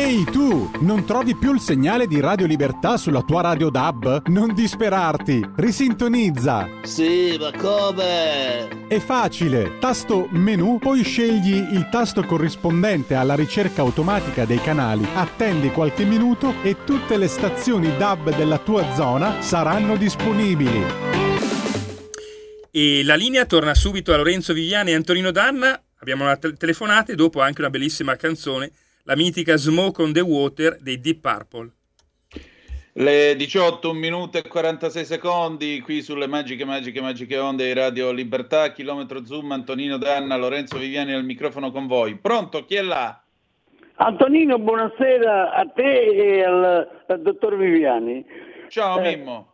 Ehi tu, non trovi più il segnale di Radio Libertà sulla tua radio DAB? Non disperarti, risintonizza. Sì, ma come? È facile, tasto menu, poi scegli il tasto corrispondente alla ricerca automatica dei canali, attendi qualche minuto e tutte le stazioni DAB della tua zona saranno disponibili. E la linea torna subito a Lorenzo Viviani e Antonino Danna. Abbiamo una telefonata e dopo anche una bellissima canzone, la mitica Smoke on the Water dei Deep Purple. Le 18, 1 minuto e 46 secondi qui sulle magiche onde di Radio Libertà, chilometro zoom, Antonino Danna, Lorenzo Viviani al microfono con voi. Pronto, chi è là? Antonino, buonasera a te e al dottor Viviani. Ciao Mimmo.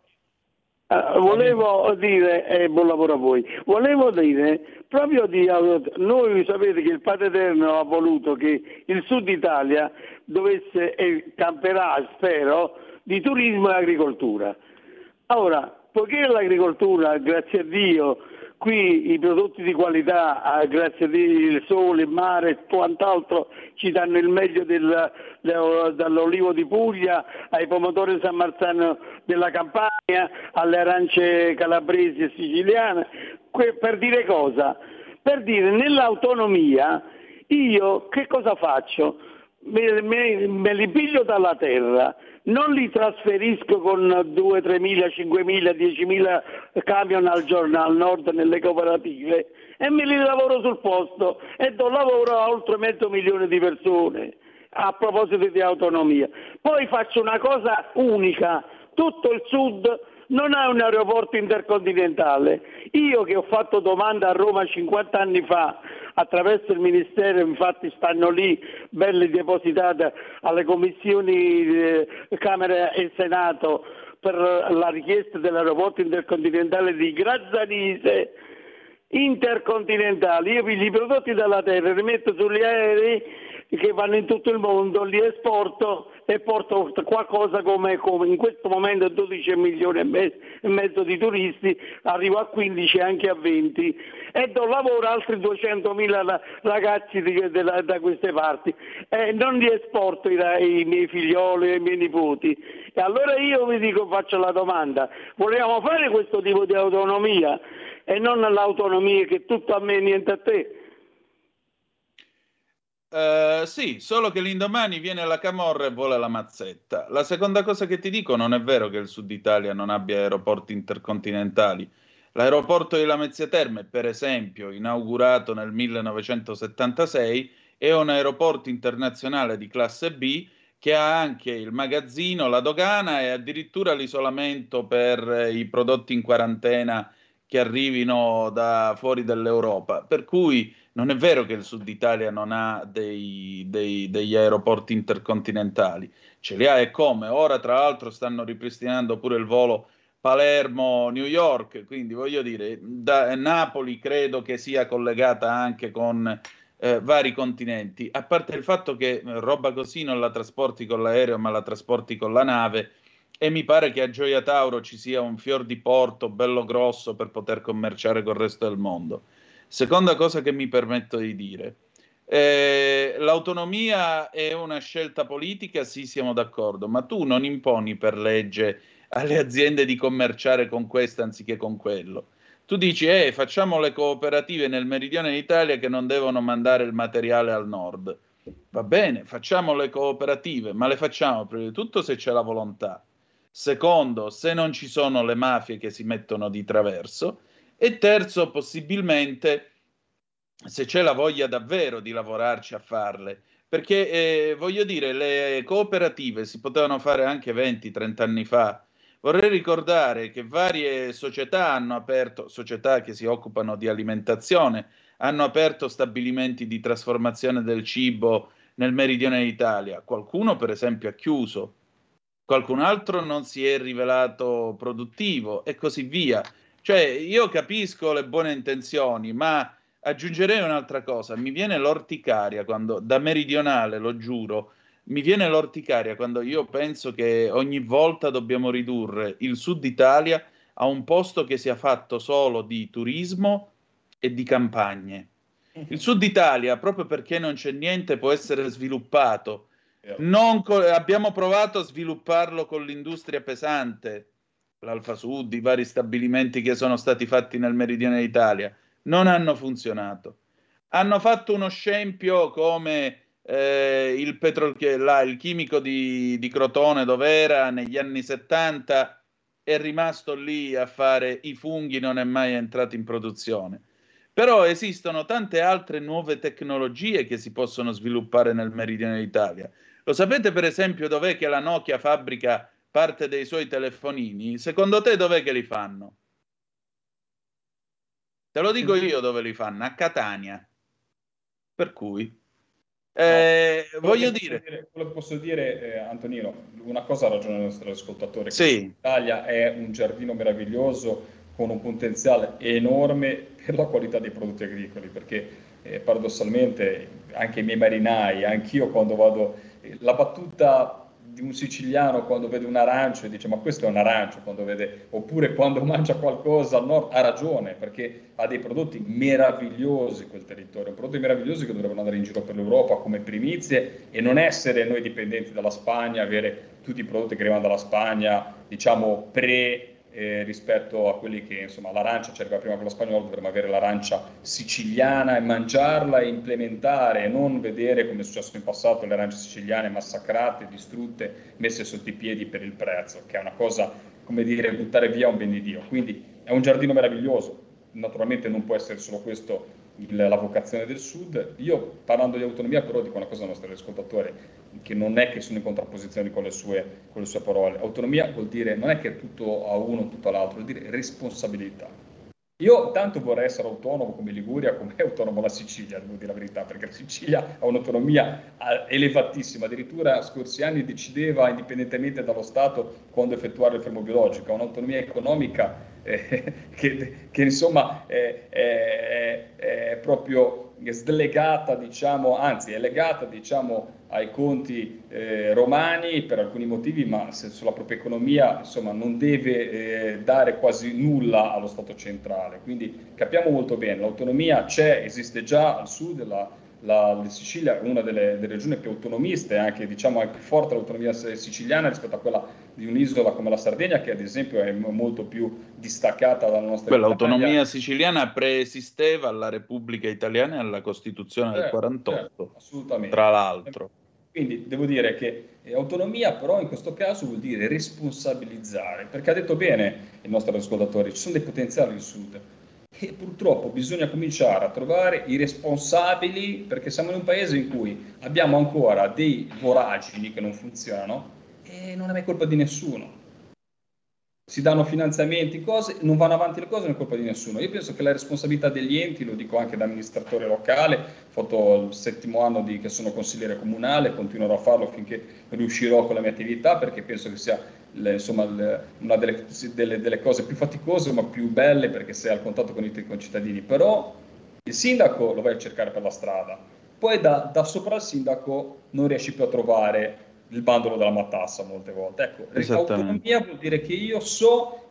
Volevo dire, buon lavoro a voi, volevo dire proprio noi sapete che il Padre Eterno ha voluto che il Sud Italia dovesse e camperà, spero, di turismo e agricoltura. Ora, poiché l'agricoltura, grazie a Dio, qui i prodotti di qualità, grazie a Dio, il sole, il mare e quant'altro ci danno il meglio dall'olivo di Puglia ai pomodori San Marzano della Campania, alle arance calabresi e siciliane. Per dire cosa? Per dire, nell'autonomia io che cosa faccio? Me li piglio dalla terra, non li trasferisco con 2, 3.000, 5.000, 10.000 camion al giorno al nord nelle cooperative e me li lavoro sul posto e do lavoro a oltre 500.000 di persone. A proposito di autonomia, poi faccio una cosa unica: tutto il sud non ha un aeroporto intercontinentale. Io che ho fatto domanda a Roma 50 anni fa attraverso il Ministero, infatti stanno lì belle depositate alle commissioni Camera e Senato per la richiesta dell'aeroporto intercontinentale di Grazzanise, intercontinentali. Io piglio i prodotti dalla terra, li metto sugli aerei che vanno in tutto il mondo, li esporto e porto qualcosa come in questo momento 12 milioni e mezzo di turisti, arrivo a 15 anche a 20 e do lavoro a altri 200.000 ragazzi da queste parti e non li esporto i miei figlioli e i miei nipoti. E allora io vi dico, faccio la domanda: vogliamo fare questo tipo di autonomia e non l'autonomia che tutto a me e niente a te? Sì, solo che l'indomani viene la camorra e vuole la mazzetta. La seconda cosa che ti dico: non è vero che il Sud Italia non abbia aeroporti intercontinentali. L'aeroporto di Lamezia Terme, per esempio, inaugurato nel 1976, è un aeroporto internazionale di classe B che ha anche il magazzino, la dogana e addirittura l'isolamento per i prodotti in quarantena che arrivino da fuori dall'Europa. Per cui non è vero che il Sud Italia non ha degli aeroporti intercontinentali, ce li ha e come. Ora tra l'altro stanno ripristinando pure il volo Palermo-New York, quindi voglio dire, da Napoli credo che sia collegata anche con vari continenti, a parte il fatto che roba così non la trasporti con l'aereo ma la trasporti con la nave, e mi pare che a Gioia Tauro ci sia un fior di porto bello grosso per poter commerciare col resto del mondo. Seconda cosa che mi permetto di dire, l'autonomia è una scelta politica, sì, siamo d'accordo, ma tu non imponi per legge alle aziende di commerciare con questo anziché con quello. Tu dici, facciamo le cooperative nel meridione d'Italia che non devono mandare il materiale al nord. Va bene, facciamo le cooperative, ma le facciamo prima di tutto se c'è la volontà. Secondo, se non ci sono le mafie che si mettono di traverso. E terzo, possibilmente, se c'è la voglia davvero di lavorarci a farle. Perché, voglio dire, le cooperative si potevano fare anche 20-30 anni fa. Vorrei ricordare che varie società hanno aperto, società che si occupano di alimentazione, hanno aperto stabilimenti di trasformazione del cibo nel meridione d'Italia. Qualcuno, per esempio, ha chiuso, qualcun altro non si è rivelato produttivo e così via. Cioè, io capisco le buone intenzioni, ma aggiungerei un'altra cosa. Mi viene l'orticaria quando, da meridionale, lo giuro, mi viene l'orticaria quando io penso che ogni volta dobbiamo ridurre il Sud Italia a un posto che sia fatto solo di turismo e di campagne. Il Sud Italia, proprio perché non c'è niente, può essere sviluppato Abbiamo provato a svilupparlo con l'industria pesante, l'Alfa Sud, i vari stabilimenti che sono stati fatti nel meridione d'Italia, non hanno funzionato. Hanno fatto uno scempio come il chimico di Crotone, dove era negli anni 70, è rimasto lì a fare i funghi, non è mai entrato in produzione. Però esistono tante altre nuove tecnologie che si possono sviluppare nel meridione d'Italia. Lo sapete per esempio dov'è che la Nokia fabbrica parte dei suoi telefonini? Secondo te dov'è che li fanno? Te lo dico io dove li fanno, a Catania. Per cui voglio dire... Quello che posso dire, Antonino, una cosa ha ragione il nostro ascoltatore, sì. che l'Italia è un giardino meraviglioso con un potenziale enorme per la qualità dei prodotti agricoli, perché paradossalmente anche i miei marinai, anch'io quando vado, la battuta di un siciliano quando vede un arancio e dice ma questo è un arancio, oppure quando mangia qualcosa al nord, ha ragione, perché ha dei prodotti meravigliosi quel territorio, prodotti meravigliosi che dovrebbero andare in giro per l'Europa come primizie e non essere noi dipendenti dalla Spagna, avere tutti i prodotti che arrivano dalla Spagna, diciamo rispetto a quelli che, insomma, l'arancia ci arriva prima con la spagnola, dovremmo avere l'arancia siciliana e mangiarla e implementare, e non vedere, come è successo in passato, le arance siciliane massacrate, distrutte, messe sotto i piedi per il prezzo, che è una cosa, come dire, buttare via un ben di Dio. Quindi è un giardino meraviglioso, naturalmente non può essere solo questo la vocazione del Sud. Io, parlando di autonomia, però dico una cosa al nostro ascoltatore, che non è che sono in contrapposizione con le sue parole. Autonomia vuol dire, non è che è tutto a uno, tutto all'altro, vuol dire responsabilità. Io tanto vorrei essere autonomo come Liguria, come è autonomo la Sicilia, devo dire la verità, perché la Sicilia ha un'autonomia elevatissima, addirittura scorsi anni decideva indipendentemente dallo Stato quando effettuare il fermo biologico, ha un'autonomia economica che insomma è proprio slegata, diciamo, anzi è legata, diciamo, ai conti romani per alcuni motivi, ma sulla propria economia, insomma, non deve dare quasi nulla allo Stato centrale. Quindi capiamo molto bene, l'autonomia c'è, esiste già al sud, la Sicilia è una delle regioni più autonomiste, anche, diciamo, è più forte l'autonomia siciliana rispetto a quella di un'isola come la Sardegna, che ad esempio è molto più distaccata dalla nostra Italia. L'autonomia siciliana preesisteva alla Repubblica Italiana e alla Costituzione del 48, assolutamente. Tra l'altro. Quindi devo dire che autonomia però in questo caso vuol dire responsabilizzare, perché ha detto bene il nostro ascoltatore, ci sono dei potenziali al sud e purtroppo bisogna cominciare a trovare i responsabili, perché siamo in un paese in cui abbiamo ancora dei voragini che non funzionano e non è mai colpa di nessuno. Si danno finanziamenti, cose, non vanno avanti le cose, non è colpa di nessuno. Io penso che la responsabilità degli enti, lo dico anche da amministratore locale, ho fatto il 7° anno che sono consigliere comunale, continuerò a farlo finché riuscirò con la mia attività, perché penso che sia una delle cose più faticose ma più belle, perché sei al contatto con i cittadini. Però il sindaco lo vai a cercare per la strada, poi da sopra il sindaco non riesci più a trovare il bandolo della matassa molte volte. Ecco, autonomia vuol dire che io so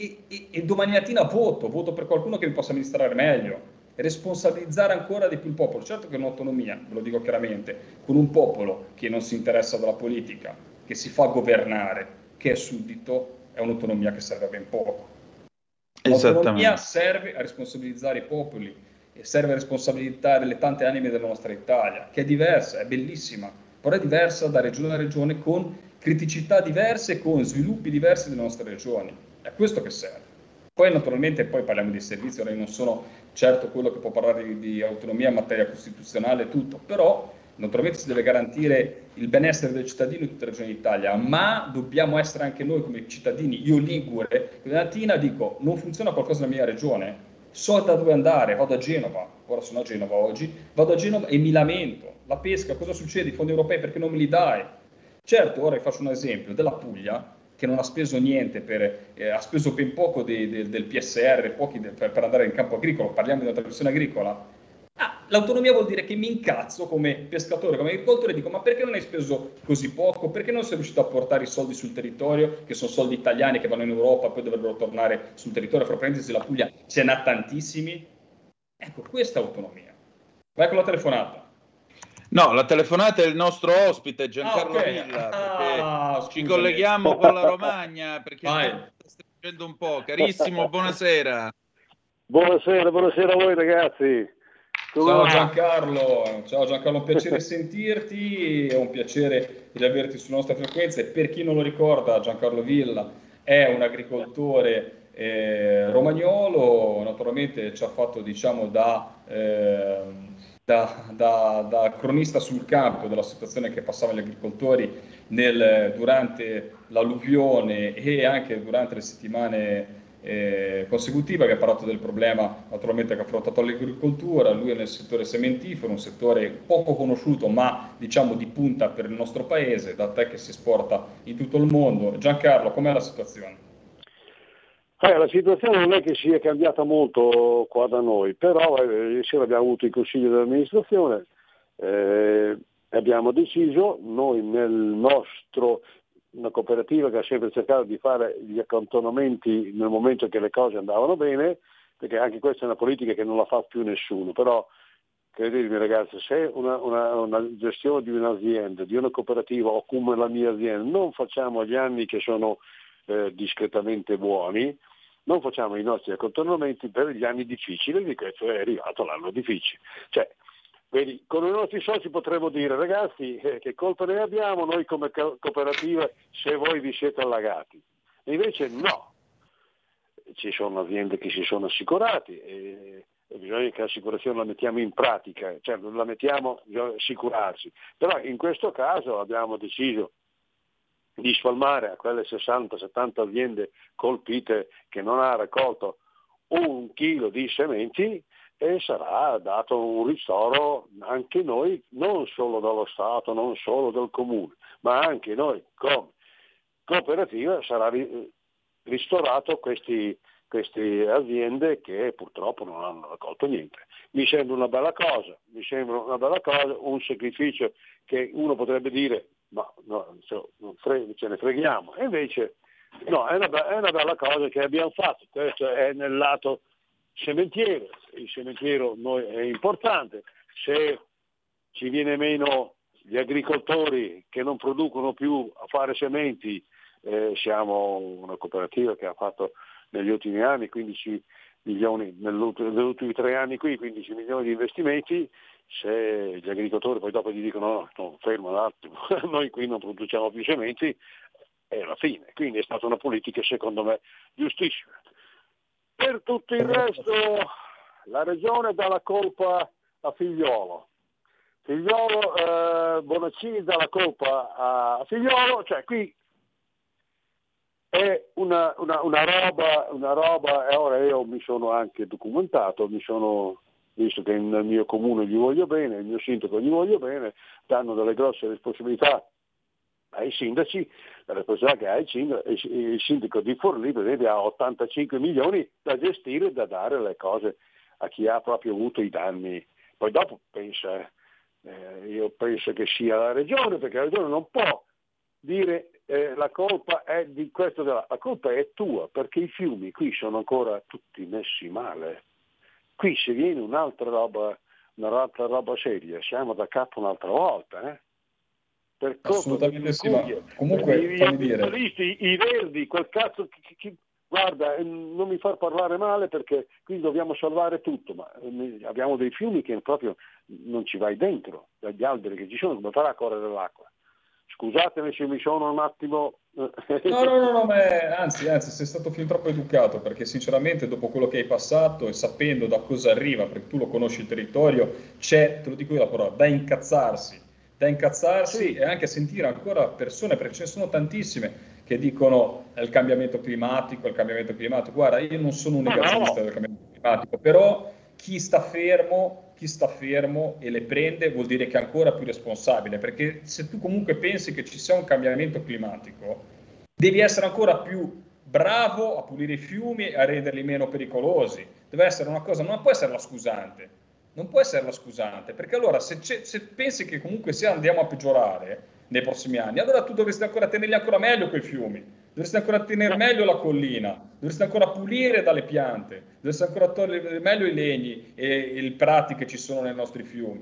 e domani mattina voto per qualcuno che mi possa amministrare meglio, responsabilizzare ancora di più il popolo. Certo che un'autonomia, ve lo dico chiaramente, con un popolo che non si interessa della politica, che si fa governare, che è suddito, è un'autonomia che serve a ben poco. L'autonomia serve a responsabilizzare i popoli e serve a responsabilizzare le tante anime della nostra Italia, che è diversa, è bellissima, però è diversa da regione a regione, con criticità diverse, con sviluppi diversi delle nostre regioni. È questo che serve. Poi naturalmente parliamo di servizi, ora io non sono certo quello che può parlare di autonomia in materia costituzionale e tutto, però naturalmente si deve garantire il benessere del cittadino in tutte le regioni d'Italia, ma dobbiamo essere anche noi come cittadini. Io ligure, quella mattina dico, non funziona qualcosa nella mia regione, so da dove andare, vado a Genova, ora sono a Genova oggi, vado a Genova e mi lamento. La pesca, cosa succede? I fondi europei perché non me li dai? Certo, ora vi faccio un esempio della Puglia, che non ha speso niente, ha speso ben poco del PSR, pochi per andare in campo agricolo, parliamo di una tradizione agricola. L'autonomia vuol dire che mi incazzo come pescatore, come agricoltore, e dico ma perché non hai speso così poco? Perché non sei riuscito a portare i soldi sul territorio, che sono soldi italiani che vanno in Europa, poi dovrebbero tornare sul territorio? Fra parentesi, la Puglia ce n'ha tantissimi. Ecco, questa è autonomia. Vai con la telefonata. No, la telefonata è il nostro ospite Giancarlo Villa, perché ci colleghiamo con la Romagna, perché sta stringendo un po'. Carissimo, buonasera. Buonasera a voi ragazzi. Ciao Giancarlo, un piacere sentirti, è un piacere di averti sulle nostre frequenze. Per chi non lo ricorda, Giancarlo Villa è un agricoltore romagnolo, naturalmente ci ha fatto, diciamo, da cronista sul campo della situazione che passavano gli agricoltori durante l'alluvione e anche durante le settimane consecutive, che ha parlato del problema naturalmente che ha affrontato l'agricoltura. Lui è nel settore sementifero, un settore poco conosciuto ma diciamo di punta per il nostro paese, da te che si esporta in tutto il mondo. Giancarlo, com'è la situazione? La situazione non è che sia cambiata molto qua da noi, però ieri sera abbiamo avuto il consiglio dell'amministrazione, abbiamo deciso, noi una cooperativa che ha sempre cercato di fare gli accantonamenti nel momento che le cose andavano bene, perché anche questa è una politica che non la fa più nessuno, però credetemi ragazzi, se una gestione di un'azienda, di una cooperativa o come la mia azienda, non facciamo gli anni che sono discretamente buoni, non facciamo i nostri accantonamenti per gli anni difficili, di questo è arrivato l'anno difficile. Cioè, vedi, con i nostri soci potremmo dire ragazzi che colpa ne abbiamo noi come cooperativa se voi vi siete allagati. E invece no, ci sono aziende che si sono assicurati e bisogna che l'assicurazione la mettiamo in pratica, cioè la mettiamo, bisogna assicurarsi. Però in questo caso abbiamo deciso di spalmare a quelle 60-70 aziende colpite che non ha raccolto 1 chilo di sementi e sarà dato un ristoro anche noi, non solo dallo Stato, non solo dal Comune, ma anche noi come cooperativa sarà ristorato queste aziende che purtroppo non hanno raccolto niente. Mi sembra una bella cosa, un sacrificio che uno potrebbe dire ma no, ce ne freghiamo, e invece no, è una bella cosa che abbiamo fatto. Questo è nel lato sementiero, il sementiero noi è importante, se ci viene meno gli agricoltori che non producono più a fare sementi, siamo una cooperativa che ha fatto negli ultimi anni 15 milioni, negli ultimi 3 anni qui 15 milioni di investimenti. Se gli agricoltori poi dopo gli dicono no, fermo un attimo, noi qui non produciamo più sementi, è la fine. Quindi è stata una politica secondo me giustissima. Per tutto il resto la regione dà la colpa a Figliuolo, Bonaccini dà la colpa a Figliuolo, cioè qui è una roba, e ora io mi sono anche documentato, visto che nel mio comune gli voglio bene, il mio sindaco gli voglio bene, danno delle grosse responsabilità ai sindaci, la responsabilità che ha il sindaco di Forlì, per esempio, ha 85 milioni da gestire, da dare le cose a chi ha proprio avuto i danni. Poi dopo io penso che sia la regione, perché la regione non può dire la colpa è di questo, la colpa è tua, perché i fiumi qui sono ancora tutti messi male. Qui se viene un'altra roba seria, siamo da capo un'altra volta, Per assolutamente sì, ma comunque fammi dire, i verdi, quel cazzo guarda, non mi far parlare male perché qui dobbiamo salvare tutto, ma abbiamo dei fiumi che proprio non ci vai dentro, dagli alberi che ci sono, come farà a correre l'acqua? Scusatemi se mi sono un attimo... No, ma anzi, sei stato fin troppo educato, perché sinceramente dopo quello che hai passato e sapendo da cosa arriva, perché tu lo conosci il territorio, c'è, te lo dico io la parola, da incazzarsi sì. E anche sentire ancora persone, perché ce ne sono tantissime, che dicono il cambiamento climatico. Guarda, io non sono un negazionista del cambiamento climatico, però chi sta fermo e le prende vuol dire che è ancora più responsabile, perché se tu comunque pensi che ci sia un cambiamento climatico, devi essere ancora più bravo a pulire i fiumi e a renderli meno pericolosi. Deve essere una cosa, non può essere la scusante, perché allora se pensi che comunque andiamo a peggiorare nei prossimi anni, allora tu dovresti ancora tenerli ancora meglio quei fiumi, dovresti ancora tenere meglio la collina, dovresti ancora pulire dalle piante, dovresti ancora togliere meglio i legni e i prati che ci sono nei nostri fiumi.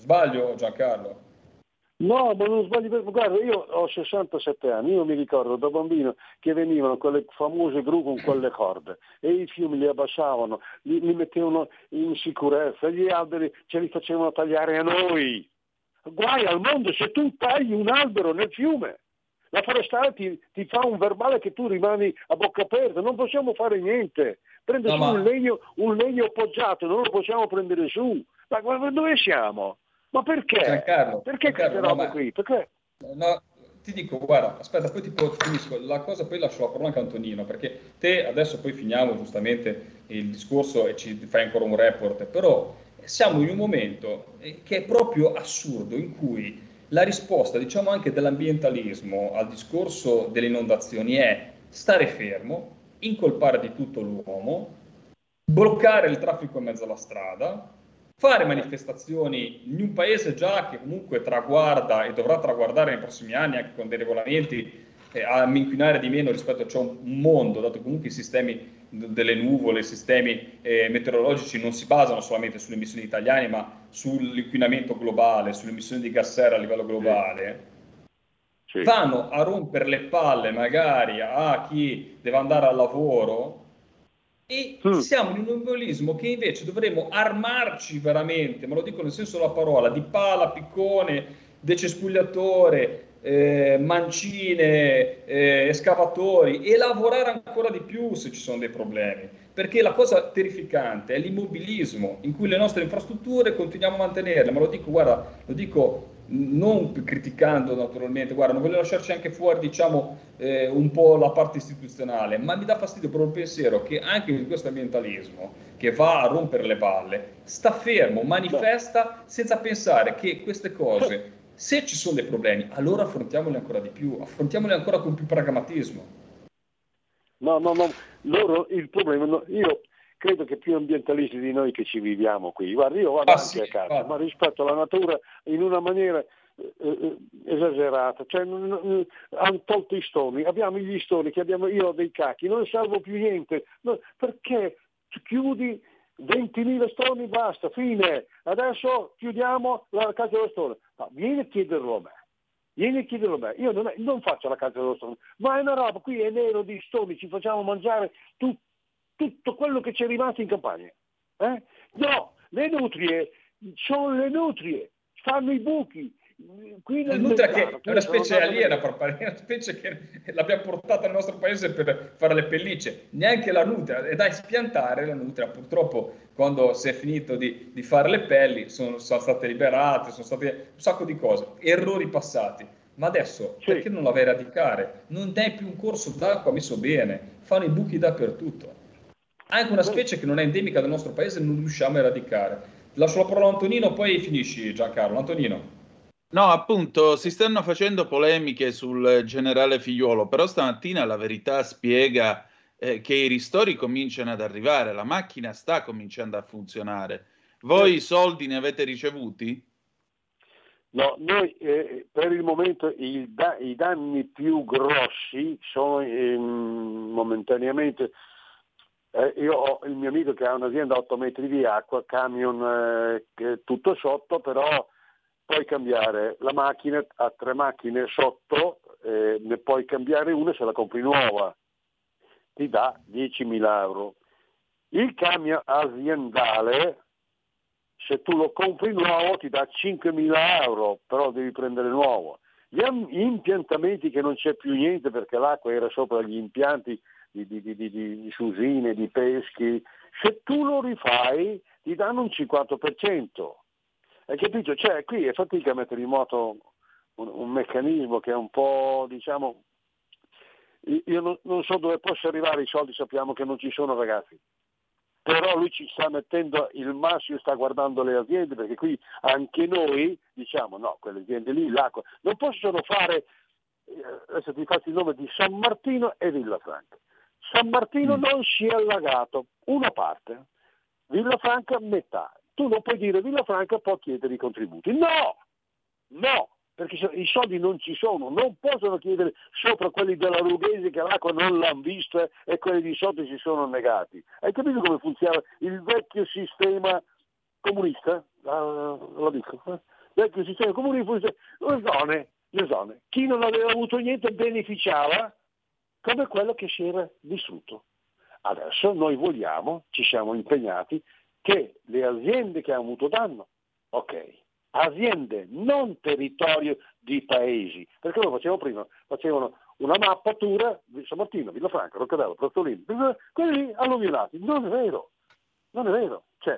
Sbaglio, Giancarlo? No, ma non sbagli, guarda, io ho 67 anni, io mi ricordo da bambino che venivano quelle famose gru con quelle corde e i fiumi li abbassavano, li mettevano in sicurezza, gli alberi ce li facevano tagliare a noi. Guai al mondo se tu tagli un albero nel fiume. La forestale ti fa un verbale che tu rimani a bocca aperta, non possiamo fare niente. Prende su un legno appoggiato, non lo possiamo prendere su. Ma dove siamo? Ma perché? Giancarlo, Perché queste robe qui? Perché? No, ti dico, guarda, aspetta, poi finisco la cosa, poi lascio la parola anche a Antonino, perché te adesso poi finiamo giustamente il discorso e ci fai ancora un report, però siamo in un momento che è proprio assurdo, in cui la risposta, diciamo anche dell'ambientalismo al discorso delle inondazioni è stare fermo, incolpare di tutto l'uomo, bloccare il traffico in mezzo alla strada, fare manifestazioni in un paese già che comunque traguarda e dovrà traguardare nei prossimi anni anche con dei regolamenti a inquinare di meno rispetto a ciò un mondo, dato che comunque i sistemi delle nuvole, i sistemi meteorologici non si basano solamente sulle emissioni italiane, ma sull'inquinamento globale, sulle emissioni di gas serra a livello globale. Sì. Vanno a rompere le palle magari a chi deve andare al lavoro e siamo in un immobilismo che invece dovremmo armarci veramente, ma lo dico nel senso della parola, di pala, piccone, decespugliatore, mancine, escavatori e lavorare ancora di più se ci sono dei problemi, perché la cosa terrificante è l'immobilismo in cui le nostre infrastrutture continuiamo a mantenerle, ma lo dico, guarda, lo dico non criticando naturalmente, guarda, non voglio lasciarci anche fuori, diciamo, un po' la parte istituzionale, ma mi dà fastidio proprio il pensiero che anche in questo ambientalismo che va a rompere le palle sta fermo, manifesta senza pensare che queste cose, se ci sono dei problemi, allora affrontiamoli ancora di più, affrontiamoli ancora con più pragmatismo. No, loro il problema, io credo che più ambientalisti di noi che ci viviamo qui, guarda, io vado anche a casa, ma rispetto alla natura in una maniera esagerata, cioè hanno tolto i stoni, abbiamo gli stoni che abbiamo, io ho dei cacchi, non ne salvo più niente, perché chiudi 20.000 stoni, basta, fine, adesso chiudiamo la casa dello stone, ma vieni a chiederlo a me. Io non faccio la casa dello stone, ma è una roba, qui è nero di stoni, ci facciamo mangiare tutto quello che c'è rimasto in campagna. No, le nutrie, sono le nutrie, fanno i buchi. Qui la nutria che è una specie aliena, è una specie che l'abbiamo portata nel nostro paese per fare le pellicce, neanche la nutria, è da espiantare la nutria, purtroppo quando si è finito di fare le pelli sono state liberate, sono state un sacco di cose, errori passati, ma adesso perché non la vai a radicare? Non dai più un corso d'acqua messo bene, fanno i buchi dappertutto. Anche una specie che non è endemica del nostro paese non riusciamo a eradicare. Lascio la parola a Antonino, poi finisci, Giancarlo. Antonino. No, appunto, si stanno facendo polemiche sul generale Figliuolo, però stamattina la Verità spiega che i ristori cominciano ad arrivare, la macchina sta cominciando a funzionare. Voi i soldi ne avete ricevuti? No, noi per il momento i danni più grossi sono momentaneamente. Io ho il mio amico che ha un'azienda a 8 metri di acqua, camion tutto sotto, però puoi cambiare la macchina, ha 3 macchine sotto, ne puoi cambiare una se la compri nuova, ti dà 10.000 euro. Il camion aziendale, se tu lo compri nuovo, ti dà 5.000 euro, però devi prendere nuovo. Gli impiantamenti che non c'è più niente perché l'acqua era sopra gli impianti di susine, di peschi, se tu lo rifai ti danno un 50%. Hai capito? Cioè qui è fatica a mettere in moto un meccanismo che è un po', diciamo, io non so dove possa arrivare i soldi, sappiamo che non ci sono, ragazzi, però lui ci sta mettendo il massimo, sta guardando le aziende, perché qui anche noi diciamo no, quelle aziende lì, l'acqua, non possono fare, adesso ti faccio il nome di San Martino e Villafranca. San Martino non si è allagato, una parte, Villafranca metà. Tu non puoi dire Villafranca può chiedere i contributi. No, perché i soldi non ci sono, non possono chiedere sopra quelli della Rughesi che l'acqua non l'hanno vista e quelli di sotto si sono negati. Hai capito come funziona il vecchio sistema comunista? Lo dico. vecchio sistema comune, le zone. Chi non aveva avuto niente beneficiava come quello che si era vissuto. Adesso noi vogliamo, ci siamo impegnati, che le aziende che hanno avuto danno, ok, aziende, non territorio di paesi, perché loro facevano una mappatura di San Martino, Villafranca, Roccadella, Prazzolino, quelli lì alluvionati. Non è vero, c'è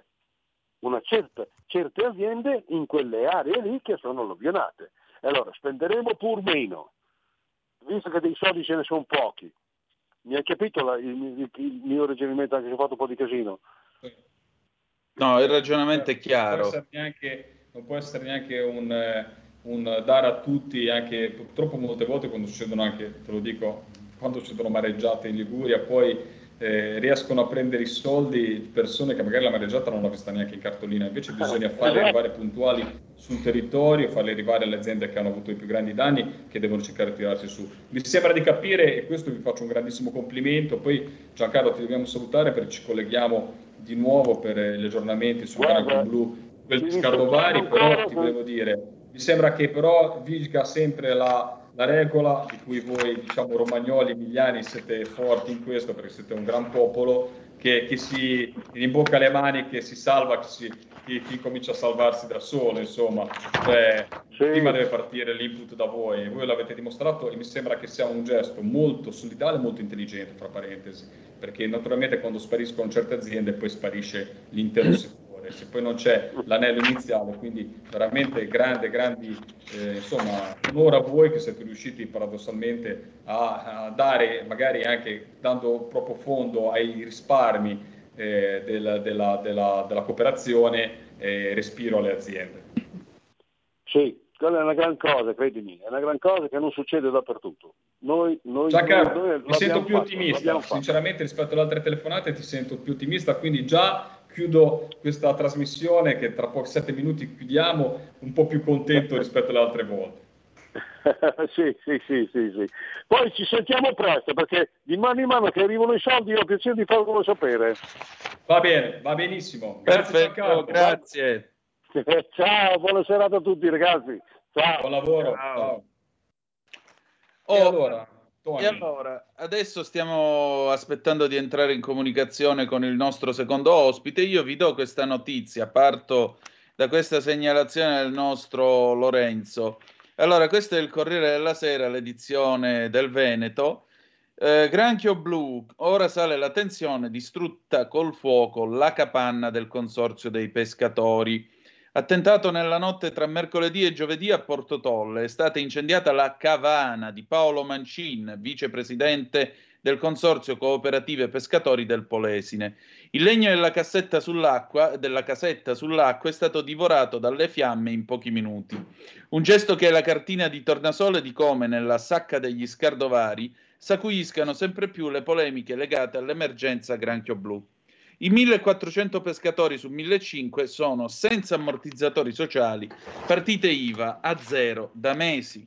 certe aziende in quelle aree lì che sono alluvionate. E allora spenderemo pur meno, visto che dei soldi ce ne sono pochi. Mi hai capito il mio ragionamento, anche se ho fatto un po' di casino? No, il ragionamento è chiaro. Non può essere neanche un dare a tutti, anche purtroppo molte volte quando succedono anche, te lo dico, quando succedono mareggiate in Liguria, poi riescono a prendere i soldi persone che magari la mareggiata non l'ha vista neanche in cartolina, invece bisogna farli arrivare puntuali sul territorio, farli arrivare alle aziende che hanno avuto i più grandi danni, che devono cercare di tirarsi su. Mi sembra di capire, e questo vi faccio un grandissimo complimento. Poi Giancarlo ti dobbiamo salutare perché ci colleghiamo di nuovo per gli aggiornamenti sul Granchio Blu, quel di Scardovari, però ti devo dire, mi sembra che però viga sempre la regola di cui voi, diciamo, romagnoli, emiliani, siete forti in questo perché siete un gran popolo che si rimbocca le mani, che si salva, chi comincia a salvarsi da solo, insomma, prima deve partire l'input da voi, voi l'avete dimostrato e mi sembra che sia un gesto molto solidale e molto intelligente, fra parentesi, perché naturalmente quando spariscono certe aziende poi sparisce l'intero settore. Se poi non c'è l'anello iniziale, quindi veramente grandi, insomma, onore a voi che siete riusciti paradossalmente a dare, magari anche dando proprio fondo ai risparmi della cooperazione, respiro alle aziende. Sì, quella è una gran cosa, credimi, è una gran cosa che non succede dappertutto. Noi mi sento più ottimista, sinceramente rispetto alle altre telefonate ti sento più ottimista, quindi già chiudo questa trasmissione che tra pochi 7 minuti chiudiamo un po' più contento rispetto alle altre volte. Sì. Poi ci sentiamo presto perché di mano in mano che arrivano i soldi ho piacere di farvelo sapere. Va bene, va benissimo. Grazie, perfetto, grazie. Ciao, buona serata a tutti ragazzi. Ciao. Buon lavoro. Ciao. Allora, E allora, adesso stiamo aspettando di entrare in comunicazione con il nostro secondo ospite. Io vi do questa notizia, parto da questa segnalazione del nostro Lorenzo. Allora, questo è il Corriere della Sera, l'edizione del Veneto. Granchio blu, ora sale la tensione, distrutta col fuoco la capanna del consorzio dei pescatori. Attentato nella notte tra mercoledì e giovedì a Porto Tolle. È stata incendiata la cavana di Paolo Mancin, vicepresidente del Consorzio Cooperative Pescatori del Polesine. Il legno della casetta sull'acqua è stato divorato dalle fiamme in pochi minuti. Un gesto che è la cartina di tornasole di come nella sacca degli Scardovari s'acuiscano sempre più le polemiche legate all'emergenza granchio blu. I 1.400 pescatori su 1.500 sono senza ammortizzatori sociali, partite IVA a zero da mesi.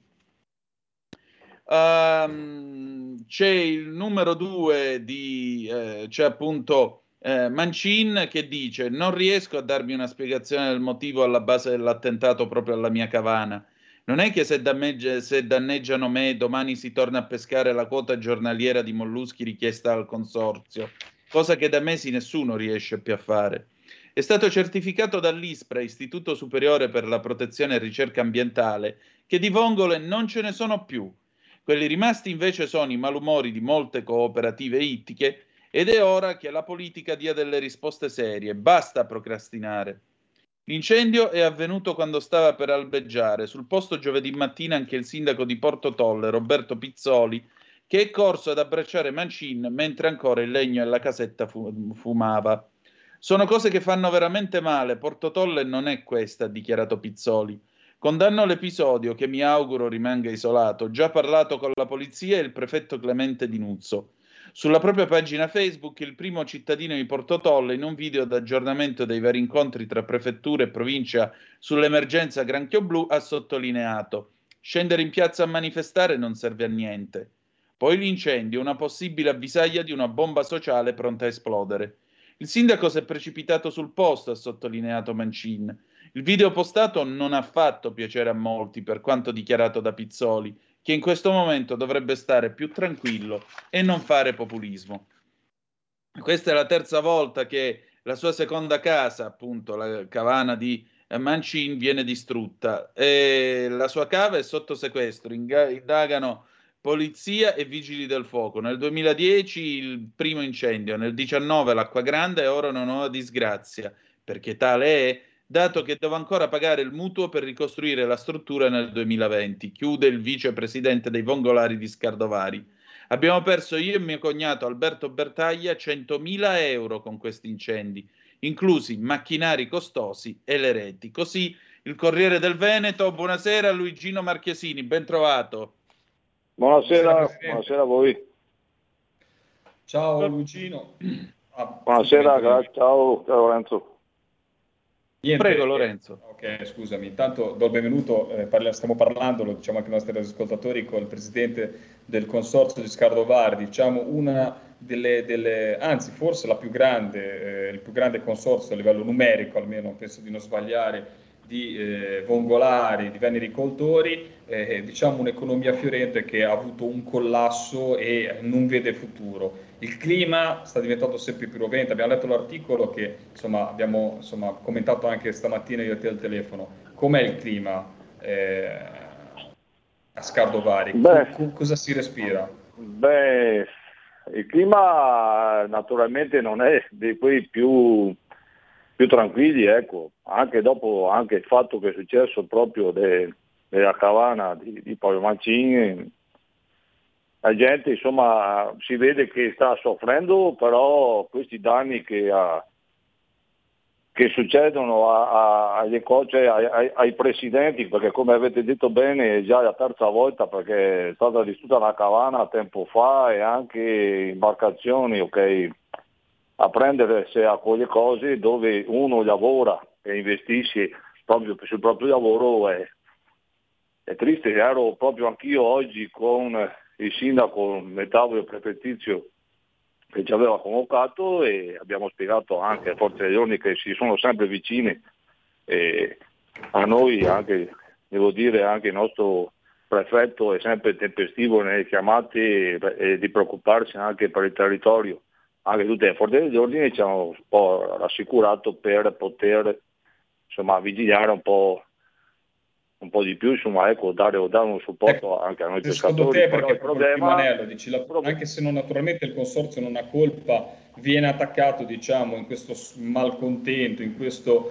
C'è il numero 2 c'è appunto Mancin che dice: non riesco a darmi una spiegazione del motivo alla base dell'attentato proprio alla mia cavana. Non è che se danneggiano me domani si torna a pescare la quota giornaliera di molluschi richiesta al consorzio, cosa che da mesi nessuno riesce più a fare. È stato certificato dall'ISPRA, Istituto Superiore per la Protezione e Ricerca Ambientale, che di vongole non ce ne sono più. Quelli rimasti invece sono i malumori di molte cooperative ittiche ed è ora che la politica dia delle risposte serie. Basta procrastinare. L'incendio è avvenuto quando stava per albeggiare. Sul posto giovedì mattina anche il sindaco di Porto Tolle, Roberto Pizzoli, che è corso ad abbracciare Mancin mentre ancora il legno e la casetta fumava. Sono cose che fanno veramente male. Porto Tolle non è questa, ha dichiarato Pizzoli. Condanno l'episodio, che mi auguro rimanga isolato. Ho già parlato con la polizia e il prefetto Clemente Di Nuzzo. Sulla propria pagina Facebook, il primo cittadino di Porto Tolle, in un video d'aggiornamento dei vari incontri tra prefettura e provincia sull'emergenza granchio blu, ha sottolineato: scendere in piazza a manifestare non serve a niente. Poi l'incendio, una possibile avvisaglia di una bomba sociale pronta a esplodere. Il sindaco si è precipitato sul posto, ha sottolineato Mancin. Il video postato non ha fatto piacere a molti, per quanto dichiarato da Pizzoli, che in questo momento dovrebbe stare più tranquillo e non fare populismo. Questa è la terza volta che la sua seconda casa, appunto la Cavana di Mancin, viene distrutta. E la sua cava è sotto sequestro, indagano polizia e vigili del fuoco. Nel 2010 il primo incendio, nel 2019 l'acqua grande e ora una nuova disgrazia, perché tale è, dato che devo ancora pagare il mutuo per ricostruire la struttura nel 2020, chiude il vicepresidente dei Vongolari di Scardovari. Abbiamo perso io e mio cognato Alberto Bertaglia 100.000 euro con questi incendi, inclusi macchinari costosi e le reti. Così il Corriere del Veneto. Buonasera Luigino Marchesini, ben trovato. Buonasera a voi. Ciao Luigino. Buonasera, grazie. Ciao Lorenzo. Niente, prego Lorenzo. Ok, scusami, intanto do il benvenuto, stiamo parlando, lo diciamo anche ai nostri ascoltatori, con il presidente del consorzio di Scardovari, diciamo una delle anzi forse la più grande, il più grande consorzio a livello numerico, almeno penso di non sbagliare, di vongolari, di venericoltori, diciamo un'economia fiorente che ha avuto un collasso e non vede futuro. Il clima sta diventando sempre più rovente, abbiamo letto l'articolo che abbiamo commentato anche stamattina io e te al telefono. Com'è il clima a Scardovari? Cosa si respira? Beh, il clima naturalmente non è di quei più tranquilli, ecco, anche dopo il fatto che è successo proprio della Cavana di Paolo Mancin, la gente si vede che sta soffrendo, però questi danni che succedono ai presidenti, perché come avete detto bene è già la terza volta, perché è stata distrutta una Cavana tempo fa e anche imbarcazioni, ok, a prendersi a quelle cose dove uno lavora e investisce proprio sul proprio lavoro. È triste. Ero proprio anch'io oggi con il sindaco nel tavolo prefettizio che ci aveva convocato e abbiamo spiegato anche a forze dell'ordine che si sono sempre vicini e a noi, anche devo dire anche il nostro prefetto è sempre tempestivo nelle chiamate e di preoccuparsi anche per il territorio. Anche tutte le forze dell'ordine ci hanno un po' rassicurato per poter vigilare un po' di più, ecco, dare un supporto anche a noi pescatori. Secondo te, perché il problema, anche se naturalmente il consorzio non ha colpa, viene attaccato in questo malcontento, in questa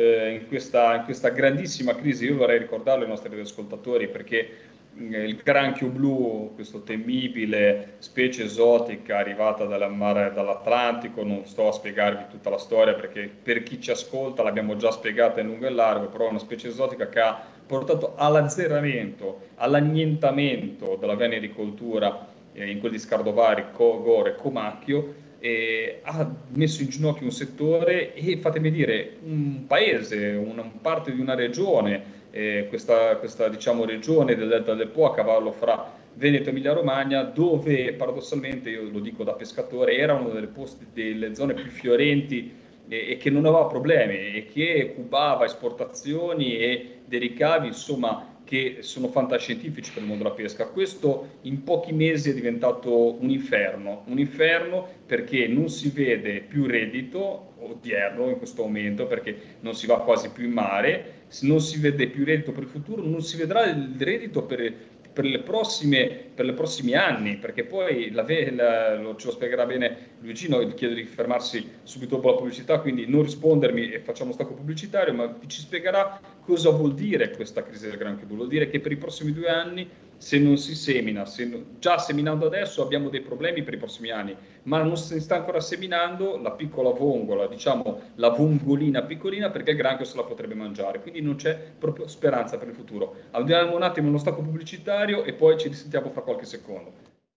grandissima crisi. Io vorrei ricordarlo ai nostri ascoltatori, perché il granchio blu, questo temibile specie esotica arrivata dall'Atlantico, non sto a spiegarvi tutta la storia perché per chi ci ascolta l'abbiamo già spiegata in lungo e largo, però è una specie esotica che ha portato all'azzeramento, all'annientamento della venericoltura in quelli di Scardovari, Gore e Comacchio, e ha messo in ginocchio un settore e, fatemi dire, un paese, una parte di una regione, questa regione del Delta del Po a cavallo fra Veneto e Emilia Romagna, dove paradossalmente, io lo dico da pescatore, era una delle zone più fiorenti e che non aveva problemi e che cubava esportazioni e dei ricavi che sono fantascientifici per il mondo della pesca. Questo in pochi mesi è diventato un inferno perché non si vede più reddito odierno in questo momento, perché non si va quasi più in mare, non si vede più reddito per il futuro, non si vedrà il reddito per i prossimi anni, perché poi ce lo spiegherà bene Luigino. Gli chiedo di fermarsi subito dopo la pubblicità, quindi non rispondermi e facciamo stacco pubblicitario, ma ci spiegherà cosa vuol dire questa crisi del granchio blu. Vuol dire che per i prossimi 2 anni, se non si semina, già seminando adesso abbiamo dei problemi per i prossimi anni, ma non si sta ancora seminando la piccola vongola, la vongolina piccolina, perché il granchio se la potrebbe mangiare, quindi non c'è proprio speranza per il futuro. Andiamo un attimo uno stacco pubblicitario e poi ci risentiamo fra qualche secondo.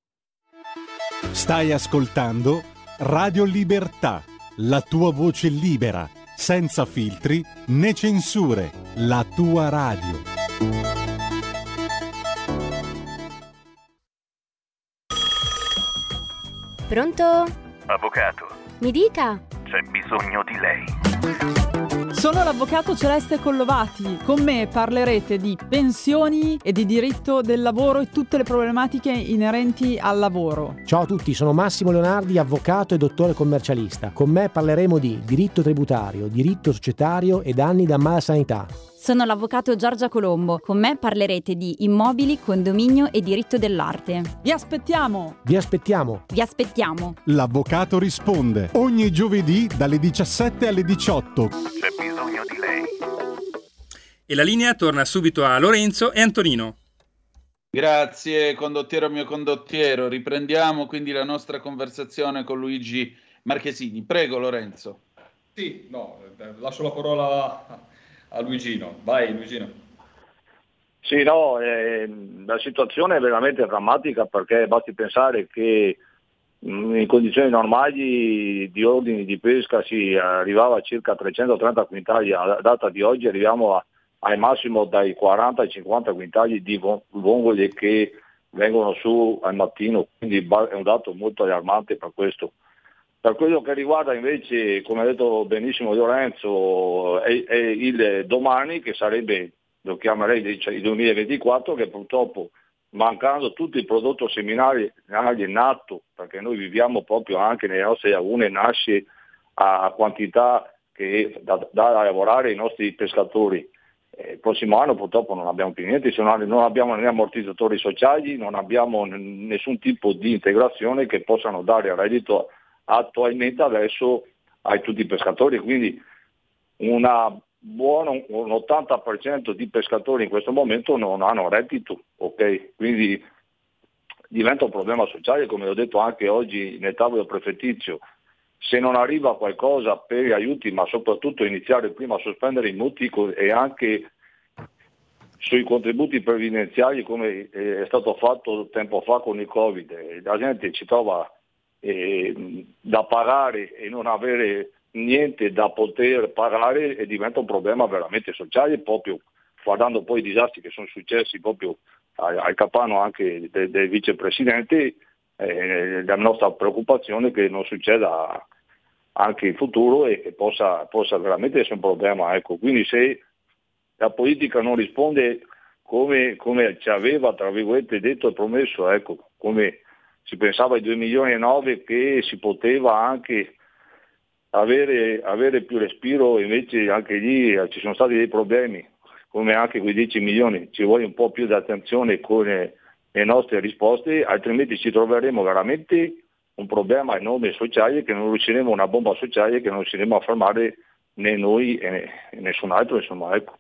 Stai ascoltando Radio Libertà, la tua voce libera, senza filtri né censure, la tua radio. Pronto? Avvocato. Mi dica. C'è bisogno di lei. Sono l'avvocato Celeste Collovati. Con me parlerete di pensioni e di diritto del lavoro e tutte le problematiche inerenti al lavoro. Ciao a tutti, sono Massimo Leonardi, avvocato e dottore commercialista. Con me parleremo di diritto tributario, diritto societario e danni da malasanità. Sono l'avvocato Giorgia Colombo. Con me parlerete di immobili, condominio e diritto dell'arte. Vi aspettiamo! Vi aspettiamo! Vi aspettiamo! L'avvocato risponde ogni giovedì dalle 17 alle 18. C'è bisogno di lei. E la linea torna subito a Lorenzo e Antonino. Grazie condottiero mio condottiero. Riprendiamo quindi la nostra conversazione con Luigi Marchesini. Prego Lorenzo. Sì, no, lascio la parola a Luigino. Vai Luigino. Sì, no, la situazione è veramente drammatica, perché basti pensare che in condizioni normali di ordini di pesca si arrivava a circa 330 quintali, a data di oggi arriviamo al massimo dai 40 ai 50 quintali di vongole che vengono su al mattino, quindi è un dato molto allarmante per questo. Per quello che riguarda invece, come ha detto benissimo Lorenzo, è il domani, che sarebbe, lo chiamerei il 2024, che purtroppo, mancando tutto il prodotto seminale nato, perché noi viviamo proprio anche nelle nostre lagune, nasce a quantità che da lavorare ai nostri pescatori. Il prossimo anno purtroppo non abbiamo più niente, se non abbiamo né ammortizzatori sociali, non abbiamo nessun tipo di integrazione che possano dare reddito attualmente adesso a tutti i pescatori, quindi un 80% di pescatori in questo momento non hanno reddito, ok? Quindi diventa un problema sociale, come ho detto anche oggi nel tavolo prefettizio. Se non arriva qualcosa per gli aiuti, ma soprattutto iniziare prima a sospendere i mutui e anche sui contributi previdenziali, come è stato fatto tempo fa con il Covid, la gente ci trova da pagare e non avere niente da poter pagare, e diventa un problema veramente sociale, proprio guardando poi i disastri che sono successi proprio al Capano anche del vicepresidente. La nostra preoccupazione è che non succeda anche in futuro e che possa veramente essere un problema. Ecco, quindi se la politica non risponde come ci aveva, tra virgolette, detto e promesso, ecco, come si pensava ai 2,9 milioni, che si poteva anche avere più respiro, invece anche lì ci sono stati dei problemi, come anche quei 10 milioni, ci vuole un po' più di attenzione con le nostre risposte, altrimenti ci troveremo veramente un problema enorme sociale, che non riusciremo, una bomba sociale che non riusciremo a fermare né noi e nessun altro, insomma, ecco.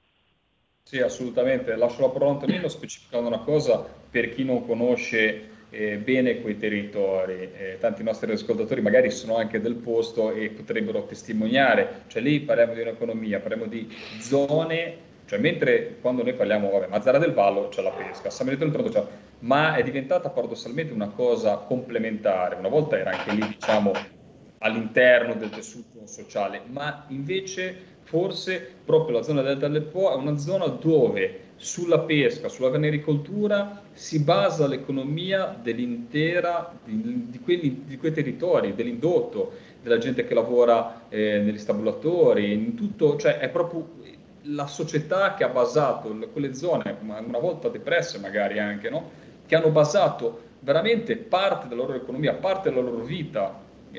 Sì, assolutamente. Lascio la parola a Antonino specificando una cosa per chi non conosce bene quei territori. Tanti nostri ascoltatori magari sono anche del posto e potrebbero testimoniare. Cioè lì parliamo di un'economia, parliamo di zone, cioè mentre quando noi parliamo, Mazara del Vallo c'è la pesca, San Benedetto del Tronto c'è, ma è diventata paradossalmente una cosa complementare. Una volta era anche lì, diciamo, all'interno del tessuto sociale, ma invece forse proprio la zona del Delta del Po è una zona dove sulla pesca, sulla venericoltura si basa l'economia dell'intera, di quei territori, dell'indotto, della gente che lavora negli stabulatori, in tutto, cioè è proprio la società che ha basato quelle zone, una volta depresse magari anche, no? Che hanno basato veramente parte della loro economia, parte della loro vita.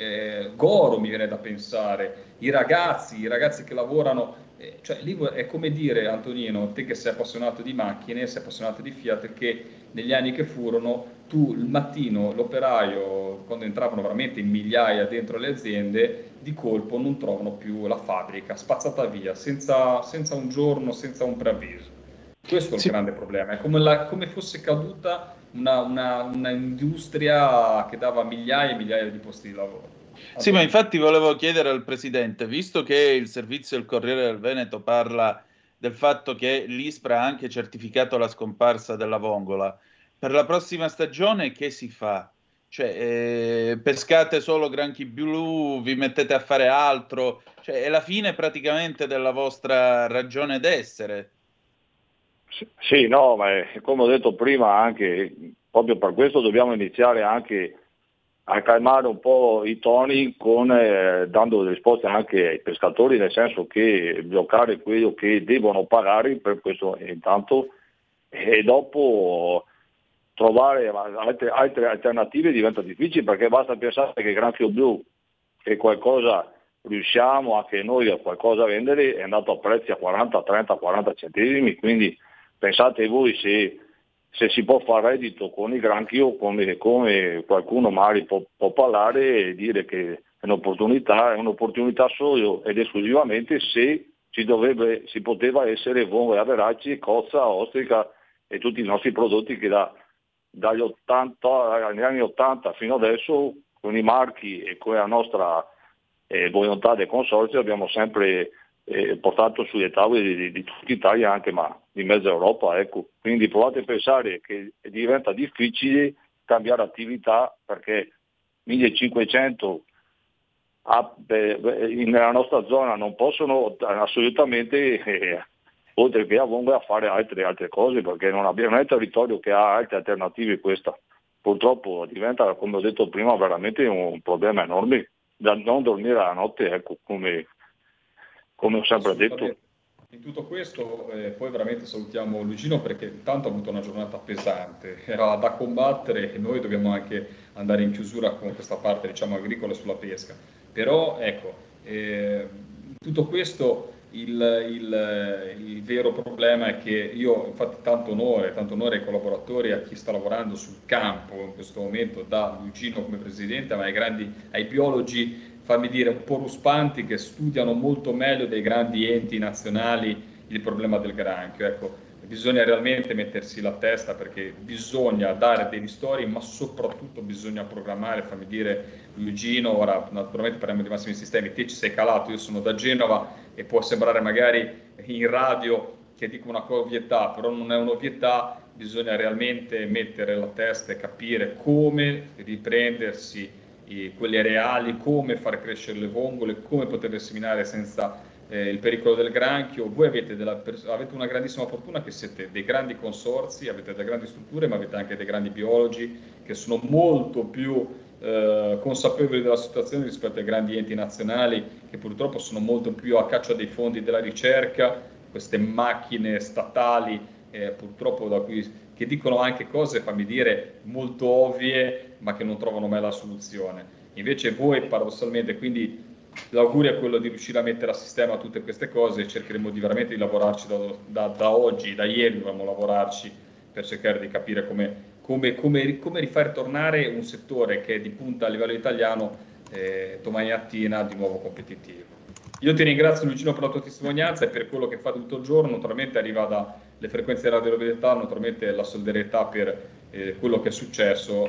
Goro mi viene da pensare, i ragazzi che lavorano, cioè lì è come dire, Antonino, te che sei appassionato di macchine, sei appassionato di Fiat, che negli anni che furono, tu il mattino, l'operaio, quando entravano veramente in migliaia dentro le aziende, di colpo non trovano più la fabbrica, spazzata via, senza un giorno, senza un preavviso. Questo è il grande problema, è come fosse caduta una industria che dava migliaia e migliaia di posti di lavoro. Sì, ma infatti volevo chiedere al Presidente, visto che il servizio del Corriere del Veneto parla del fatto che l'ISPRA ha anche certificato la scomparsa della vongola, per la prossima stagione che si fa? Cioè, pescate solo granchi blu, vi mettete a fare altro? Cioè, è la fine praticamente della vostra ragione d'essere. Sì, no, ma come ho detto prima, anche proprio per questo dobbiamo iniziare anche a calmare un po' i toni dando delle risposte anche ai pescatori, nel senso che bloccare quello che devono pagare per questo intanto, e dopo trovare altre alternative diventa difficile, perché basta pensare che il granchio blu, che qualcosa riusciamo anche noi a qualcosa a vendere, è andato a prezzi a 40, 30, 40 centesimi, quindi pensate voi se si può fare reddito con il granchio, come qualcuno magari può parlare e dire che è un'opportunità solo ed esclusivamente se si poteva essere vongole, averacci, cozza, ostrica e tutti i nostri prodotti che dagli anni 80 fino adesso, con i marchi e con la nostra volontà del consorzio, abbiamo sempre portato sulle tavole di tutta Italia, anche ma di mezza Europa, ecco. Quindi provate a pensare che diventa difficile cambiare attività, perché 1500 nella nostra zona non possono assolutamente oltre che a Vonga a fare altre cose, perché non è un territorio che ha altre alternative. Questa purtroppo diventa, come ho detto prima, veramente un problema enorme da non dormire la notte, ecco, come ho sempre detto. In tutto questo poi veramente salutiamo Luigino, perché intanto ha avuto una giornata pesante, era da combattere e noi dobbiamo anche andare in chiusura con questa parte, diciamo, agricola sulla pesca. Però ecco, in tutto questo il vero problema è che io, infatti, tanto onore ai collaboratori, a chi sta lavorando sul campo in questo momento, da Luigino come presidente, ma ai biologi, fammi dire, un po' ruspanti, che studiano molto meglio dei grandi enti nazionali il problema del granchio. Ecco, bisogna realmente mettersi la testa, perché bisogna dare dei ristori, ma soprattutto bisogna programmare. Fammi dire, Luigino, ora naturalmente parliamo di Massimi Sistemi, te ci sei calato, io sono da Genova e può sembrare magari in radio che dico una ovvietà, però non è un'ovvietà. Bisogna realmente mettere la testa e capire come riprendersi quelli areali, come far crescere le vongole, come poterle seminare senza il pericolo del granchio. Voi avete una grandissima fortuna, che siete dei grandi consorzi, avete delle grandi strutture, ma avete anche dei grandi biologi che sono molto più consapevoli della situazione rispetto ai grandi enti nazionali, che purtroppo sono molto più a caccia dei fondi della ricerca, queste macchine statali purtroppo che dicono anche cose, fammi dire, molto ovvie, ma che non trovano mai la soluzione. Invece voi, paradossalmente, quindi l'augurio è quello di riuscire a mettere a sistema tutte queste cose, e cercheremo veramente di lavorarci da oggi, da ieri dovremmo lavorarci per cercare di capire come rifare tornare un settore che è di punta a livello italiano domani mattina di nuovo competitivo. Io ti ringrazio, Luigino, per la tua testimonianza e per quello che fa tutto il giorno. Naturalmente arriva dalle frequenze della Radio Verità, naturalmente la solidarietà per quello che è successo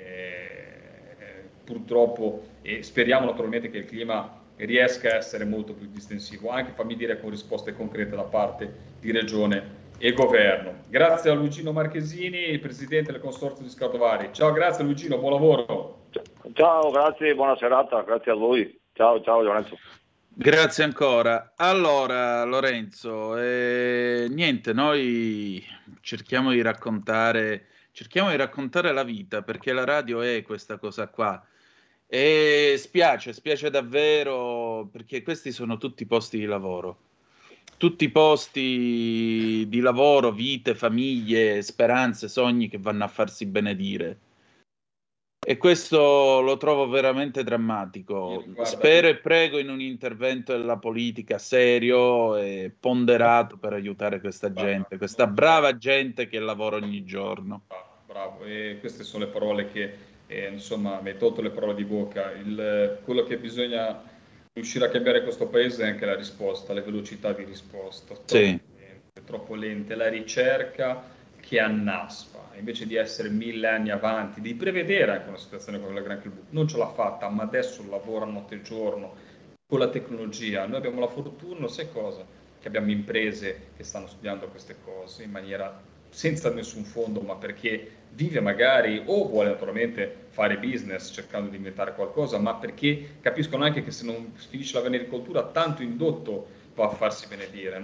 purtroppo, e speriamo naturalmente che il clima riesca a essere molto più distensivo, anche, fammi dire, con risposte concrete da parte di Regione e Governo. Grazie a Luigino Marchesini, presidente del Consorzio di Scardovari. Ciao, grazie Luigino, buon lavoro. Ciao, grazie, buona serata, grazie a voi. Ciao Lorenzo. Grazie ancora. Allora, Lorenzo, niente, noi cerchiamo di raccontare la vita, perché la radio è questa cosa qua. E spiace davvero, perché questi sono tutti posti di lavoro. Tutti posti di lavoro, vite, famiglie, speranze, sogni che vanno a farsi benedire. E questo lo trovo veramente drammatico. Spero e prego in un intervento della politica serio e ponderato per aiutare questa gente, questa brava gente che lavora ogni giorno. Bravo, e queste sono le parole che, insomma, mi hai tolto le parole di bocca. Quello che bisogna riuscire a cambiare questo paese è anche la risposta, le velocità di risposta. Troppo lente, la ricerca che annaspa, invece di essere 1000 anni avanti, di prevedere anche una situazione come la Granchio Blu. Non ce l'ha fatta, ma adesso lavora notte e giorno con la tecnologia. Noi abbiamo la fortuna, sai cosa? Che abbiamo imprese che stanno studiando queste cose in maniera senza nessun fondo, ma perché vive magari o vuole naturalmente fare business cercando di inventare qualcosa, ma perché capiscono anche che se non finisce la venericoltura tanto indotto va a farsi benedire, no?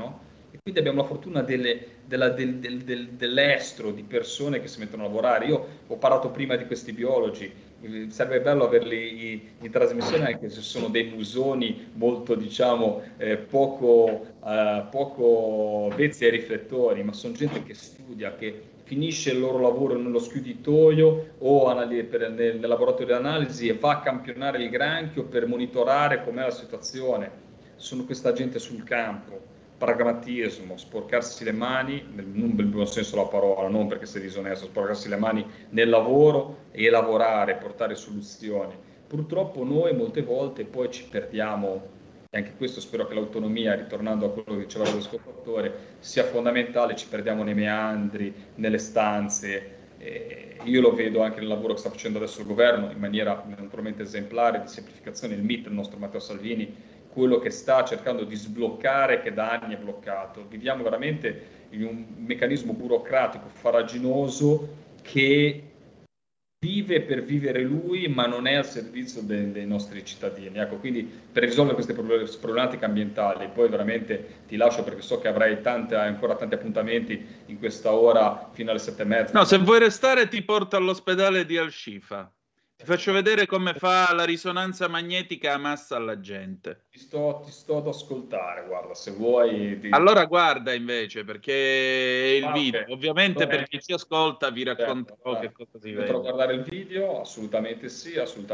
E quindi abbiamo la fortuna dell'estero, di persone che si mettono a lavorare. Io ho parlato prima di questi biologi, sarebbe bello averli in trasmissione anche se sono dei musoni molto, diciamo, poco vezzi ai riflettori, ma sono gente che studia, che finisce il loro lavoro nello schiuditoio o nel laboratorio di analisi e va a campionare il granchio per monitorare com'è la situazione. Sono questa gente sul campo. Pragmatismo, sporcarsi le mani, non nel buon senso della parola, non perché sei disonesto, sporcarsi le mani nel lavoro e lavorare, portare soluzioni. Purtroppo noi molte volte poi ci perdiamo, e anche questo spero che l'autonomia, ritornando a quello che diceva l'ascoltatore, sia fondamentale, ci perdiamo nei meandri, nelle stanze. Io lo vedo anche nel lavoro che sta facendo adesso il governo in maniera naturalmente esemplare di semplificazione, il MIT, il nostro Matteo Salvini, quello che sta cercando di sbloccare, che da anni è bloccato. Viviamo veramente in un meccanismo burocratico farraginoso che vive per vivere lui, ma non è al servizio dei nostri cittadini. Ecco, quindi per risolvere queste problematiche ambientali, poi veramente ti lascio perché so che avrai ancora tanti appuntamenti in questa ora fino alle 7:30. No, se vuoi restare ti porto all'ospedale di Al-Shifa. Ti faccio vedere come fa la risonanza magnetica a massa alla gente. Ti sto ad ascoltare, guarda, se vuoi. Allora guarda invece, perché il video, Okay. ovviamente per chi ci ascolta vi racconterò Certo, che cosa si potrò vede. guardare il video, assolutamente sì,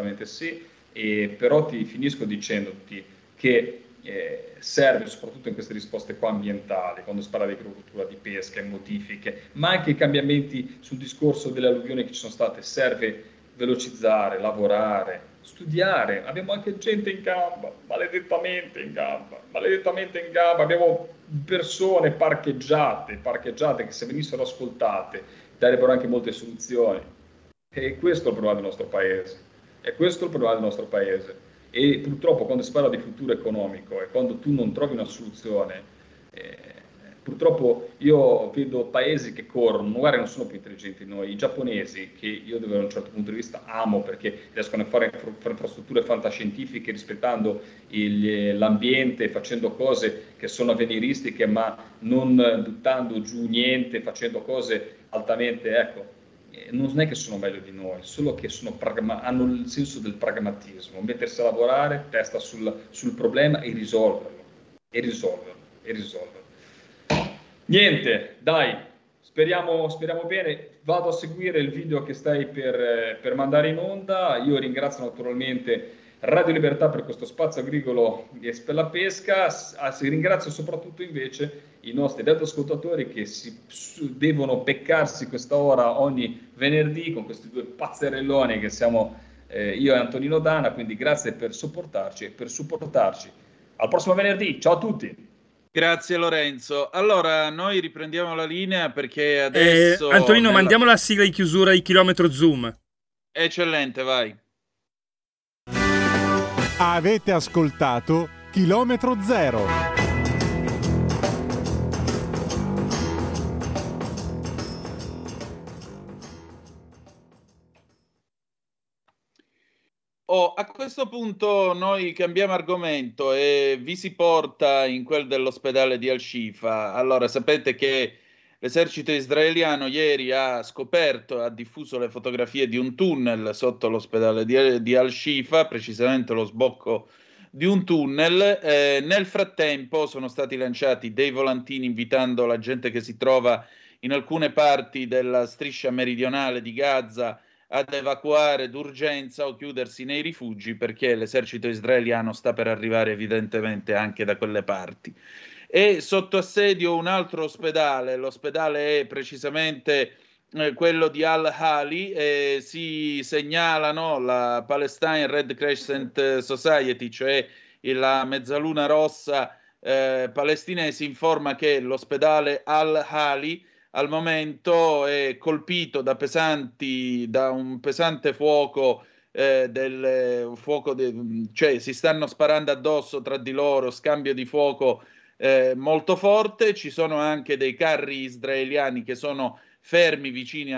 però ti finisco dicendoti che serve soprattutto in queste risposte qua ambientali, quando si parla di agricoltura, di pesca, e modifiche, ma anche i cambiamenti sul discorso delle alluvioni che ci sono state, serve velocizzare, lavorare, studiare. Abbiamo anche gente in gamba, maledettamente in gamba, abbiamo persone parcheggiate che se venissero ascoltate darebbero anche molte soluzioni. E questo è il problema del nostro paese. E purtroppo quando si parla di futuro economico e quando tu non trovi una soluzione, purtroppo io vedo paesi che corrono, magari non sono più intelligenti di noi, i giapponesi, che io da un certo punto di vista amo perché riescono a fare infrastrutture fantascientifiche rispettando l'ambiente, facendo cose che sono avveniristiche ma non buttando giù niente, facendo cose altamente, ecco, non è che sono meglio di noi, solo che hanno il senso del pragmatismo, mettersi a lavorare, testa sul problema e risolverlo. Niente, dai, speriamo bene. Vado a seguire il video che stai per mandare in onda. Io ringrazio naturalmente Radio Libertà per questo spazio agricolo e per la pesca. Ringrazio soprattutto invece i nostri ascoltatori che devono beccarsi questa ora ogni venerdì con questi due pazzerelloni che siamo io e Antonino Danna. Quindi grazie per sopportarci e per supportarci. Al prossimo venerdì, ciao a tutti! Grazie Lorenzo. Allora, noi riprendiamo la linea perché adesso... Antonino, mandiamo la sigla di chiusura di Chilometro Zoom. Eccellente, vai. Avete ascoltato Chilometro Zero. A questo punto noi cambiamo argomento e vi si porta in quel dell'ospedale di Al-Shifa. Allora, sapete che l'esercito israeliano ieri ha diffuso le fotografie di un tunnel sotto l'ospedale di Al-Shifa, precisamente lo sbocco di un tunnel. Nel frattempo sono stati lanciati dei volantini invitando la gente che si trova in alcune parti della striscia meridionale di Gaza ad evacuare d'urgenza o chiudersi nei rifugi perché l'esercito israeliano sta per arrivare evidentemente anche da quelle parti. E sotto assedio un altro ospedale, l'ospedale è precisamente quello di Al-Hali, si segnalano la Palestine Red Crescent Society, cioè la Mezzaluna Rossa palestinese, informa che l'ospedale Al-Hali al momento è colpito da un pesante fuoco, cioè si stanno sparando addosso tra di loro, scambio di fuoco molto forte. Ci sono anche dei carri israeliani che sono fermi vicino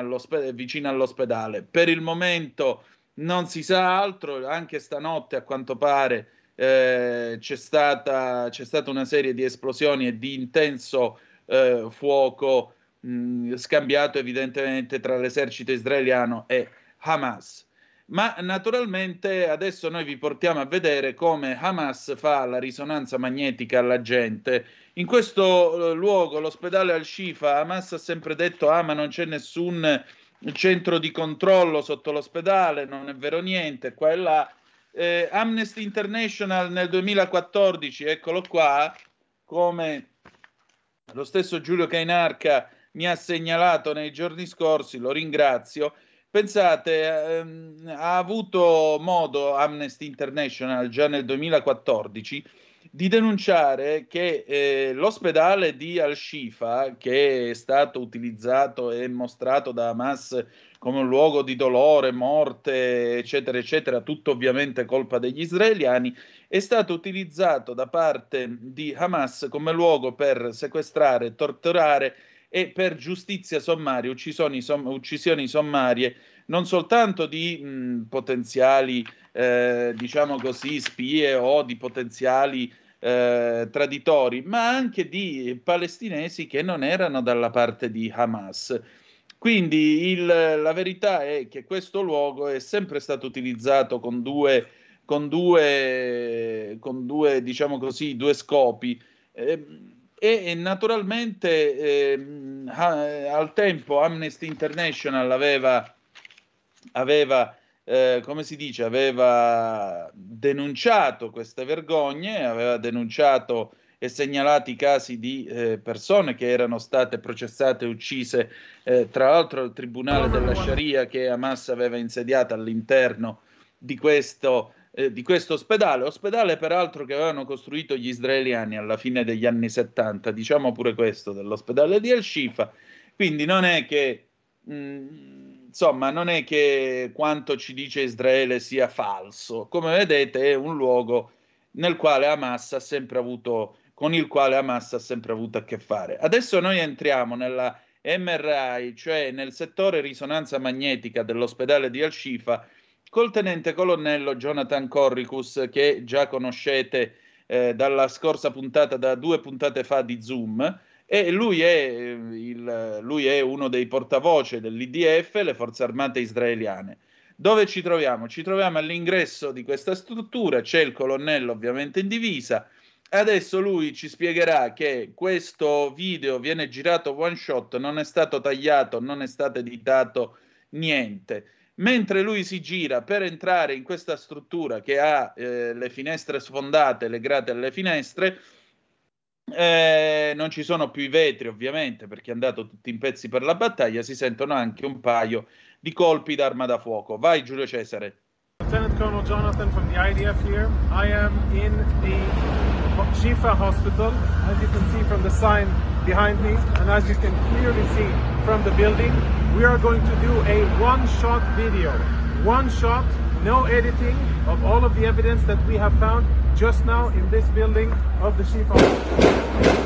all'ospedale. Per il momento non si sa altro, anche stanotte a quanto pare c'è stata una serie di esplosioni e di intenso fuoco scambiato evidentemente tra l'esercito israeliano e Hamas. Ma naturalmente adesso noi vi portiamo a vedere come Hamas fa la risonanza magnetica alla gente. In questo luogo, l'ospedale Al-Shifa, Hamas ha sempre detto: ma non c'è nessun centro di controllo sotto l'ospedale, non è vero niente, qua e là. Amnesty International nel 2014, eccolo qua, come lo stesso Giulio Cainarca mi ha segnalato nei giorni scorsi, lo ringrazio. Pensate, ha avuto modo Amnesty International già nel 2014 di denunciare che l'ospedale di Al-Shifa, che è stato utilizzato e mostrato da Hamas come un luogo di dolore, morte, eccetera, eccetera, tutto ovviamente colpa degli israeliani, è stato utilizzato da parte di Hamas come luogo per sequestrare, torturare e per giustizia sommaria, uccisioni sommarie, non soltanto di potenziali, diciamo così, spie o di potenziali traditori, ma anche di palestinesi che non erano dalla parte di Hamas. Quindi la verità è che questo luogo è sempre stato utilizzato con due diciamo così, due scopi. E naturalmente al tempo Amnesty International aveva come si dice, aveva denunciato queste vergogne, aveva denunciato e segnalati casi di persone che erano state processate e uccise, tra l'altro al tribunale della Sharia che Hamas aveva insediato all'interno di questo ospedale peraltro che avevano costruito gli israeliani alla fine degli anni 70, diciamo pure questo dell'ospedale di Al-Shifa. Quindi non è che insomma, non è che quanto ci dice Israele sia falso. Come vedete è un luogo con il quale Hamas ha sempre avuto a che fare. Adesso noi entriamo nella MRI, cioè nel settore risonanza magnetica dell'ospedale di Al-Shifa, col tenente colonnello Jonathan Corricus, che già conoscete dalla scorsa puntata, da 2 puntate fa di Zoom, e lui è uno dei portavoce dell'IDF, le forze armate israeliane. Dove ci troviamo? Ci troviamo all'ingresso di questa struttura, c'è il colonnello ovviamente in divisa. Adesso lui ci spiegherà che questo video viene girato one shot, non è stato tagliato, non è stato editato niente. Mentre lui si gira per entrare in questa struttura che ha le finestre sfondate, le grate alle finestre, non ci sono più i vetri ovviamente perché è andato tutti in pezzi per la battaglia, si sentono anche un paio di colpi d'arma da fuoco. Vai Giulio Cesare. Lieutenant Colonel Jonathan from the IDF here. I am in the Shifa hospital, as you can see from the sign behind me, and as you can clearly see from the building. We are going to do a one-shot video. One shot, no editing, of all of the evidence that we have found just now in this building of the Shifa hospital.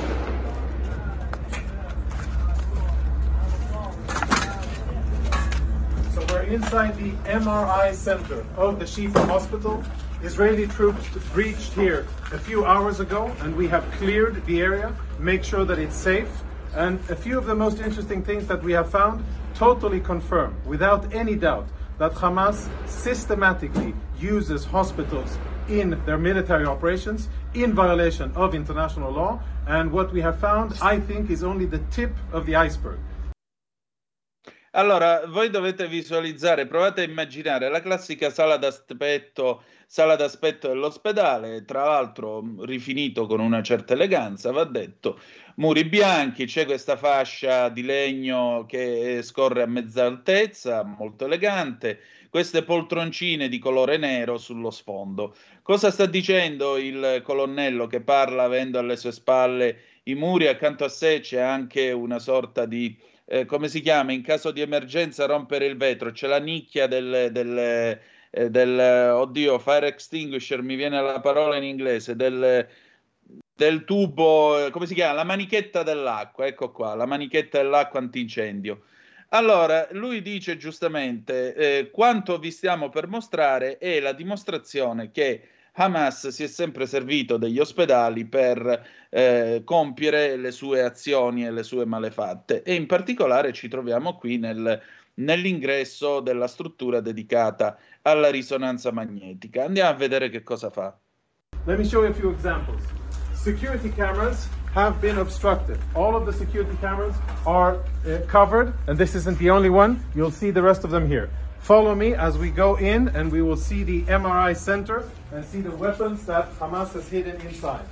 Inside the MRI center of the Shifa hospital. Israeli troops breached here a few hours ago and we have cleared the area, make sure that it's safe, and a few of the most interesting things that we have found totally confirm, without any doubt, that Hamas systematically uses hospitals in their military operations in violation of international law, and what we have found, I think, is only the tip of the iceberg. Allora, voi dovete visualizzare, provate a immaginare la classica sala d'aspetto dell'ospedale, tra l'altro rifinito con una certa eleganza, va detto, muri bianchi, c'è questa fascia di legno che scorre a mezza altezza, molto elegante, queste poltroncine di colore nero sullo sfondo. Cosa sta dicendo il colonnello che parla avendo alle sue spalle i muri? Accanto a sé c'è anche una sorta di come si chiama, in caso di emergenza rompere il vetro, c'è la nicchia del oddio, fire extinguisher, mi viene la parola in inglese, del tubo, come si chiama? La manichetta dell'acqua, ecco qua, la manichetta dell'acqua antincendio. Allora, lui dice giustamente, quanto vi stiamo per mostrare è la dimostrazione che Hamas si è sempre servito degli ospedali per compiere le sue azioni e le sue malefatte, e in particolare ci troviamo qui nell'ingresso della struttura dedicata alla risonanza magnetica. Andiamo a vedere che cosa fa. Let me show you a few examples. Security cameras have been obstructed. All of the security cameras are covered, and this isn't the only one. You'll see the rest of them here. Follow me as we go in, and we will see the MRI center and see the weapons that Hamas has hidden inside.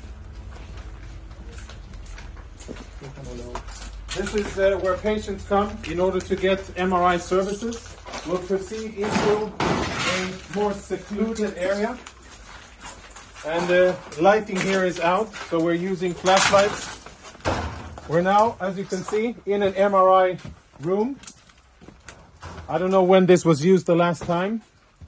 This is where patients come in order to get MRI services. We'll proceed into a more secluded area. And the lighting here is out, so we're using flashlights. We're now, as you can see, in an MRI room. I don't know when this was used the last time.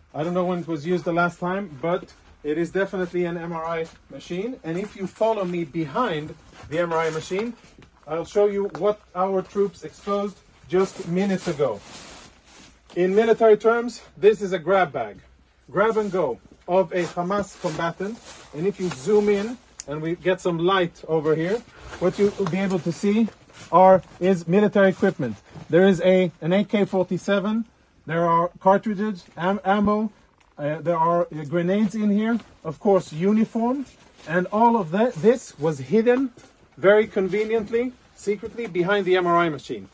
But it is definitely an MRI machine. And if you follow me behind the MRI machine, I'll show you what our troops exposed just minutes ago. In military terms, this is a grab bag. Grab and go of a Hamas combatant. And if you zoom in and we get some light over here, what you will be able to see is military equipment. There is an AK-47, there are cartridges, ammo, there are grenades in here, of course uniform, and all of this was hidden very conveniently, secretly, behind the MRI machine.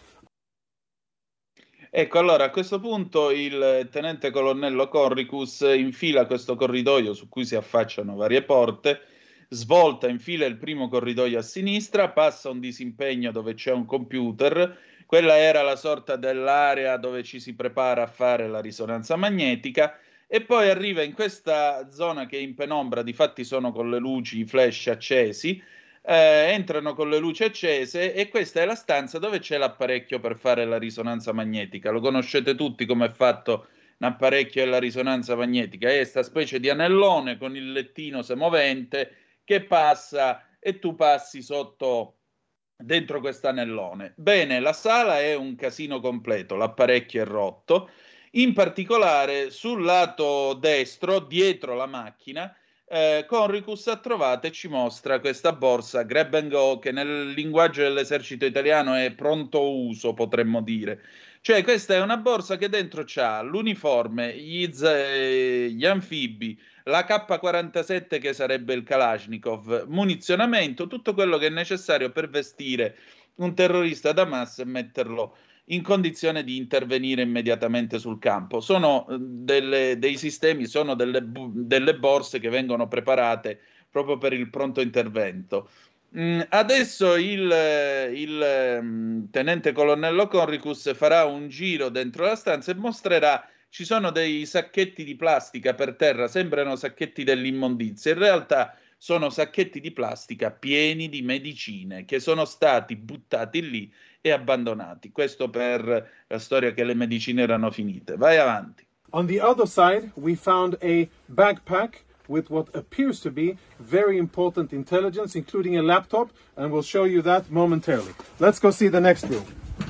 Ecco, allora a questo punto il tenente colonnello Corricus infila questo corridoio su cui si affacciano varie porte, svolta, infila il primo corridoio a sinistra, passa un disimpegno dove c'è un computer. Quella era la sorta dell'area dove ci si prepara a fare la risonanza magnetica, e poi arriva in questa zona che è in penombra, difatti sono con le luci, i flash accesi, entrano con le luci accese, e questa è la stanza dove c'è l'apparecchio per fare la risonanza magnetica. Lo conoscete tutti come è fatto un apparecchio della risonanza magnetica, è questa specie di anellone con il lettino semovente che passa e tu passi sotto dentro quest'anellone. Bene, la sala è un casino completo, l'apparecchio è rotto, in particolare sul lato destro, dietro la macchina, Corricus ha trovato e ci mostra questa borsa grab and go, che nel linguaggio dell'esercito italiano è pronto uso, potremmo dire. Cioè questa è una borsa che dentro c'ha l'uniforme, gli anfibi, la K-47 che sarebbe il Kalashnikov, munizionamento, tutto quello che è necessario per vestire un terrorista d'Hamas e metterlo in condizione di intervenire immediatamente sul campo. Sono dei sistemi, sono delle borse che vengono preparate proprio per il pronto intervento. Adesso il tenente colonnello Corricus farà un giro dentro la stanza e mostrerà. Ci sono dei sacchetti di plastica per terra, sembrano sacchetti dell'immondizia, in realtà sono sacchetti di plastica pieni di medicine che sono stati buttati lì e abbandonati. Questo per la storia che le medicine erano finite. Vai avanti. On the other side, we found a backpack with what appears to be very important intelligence, including a laptop, and we'll show you that momentarily. Let's go see the next room.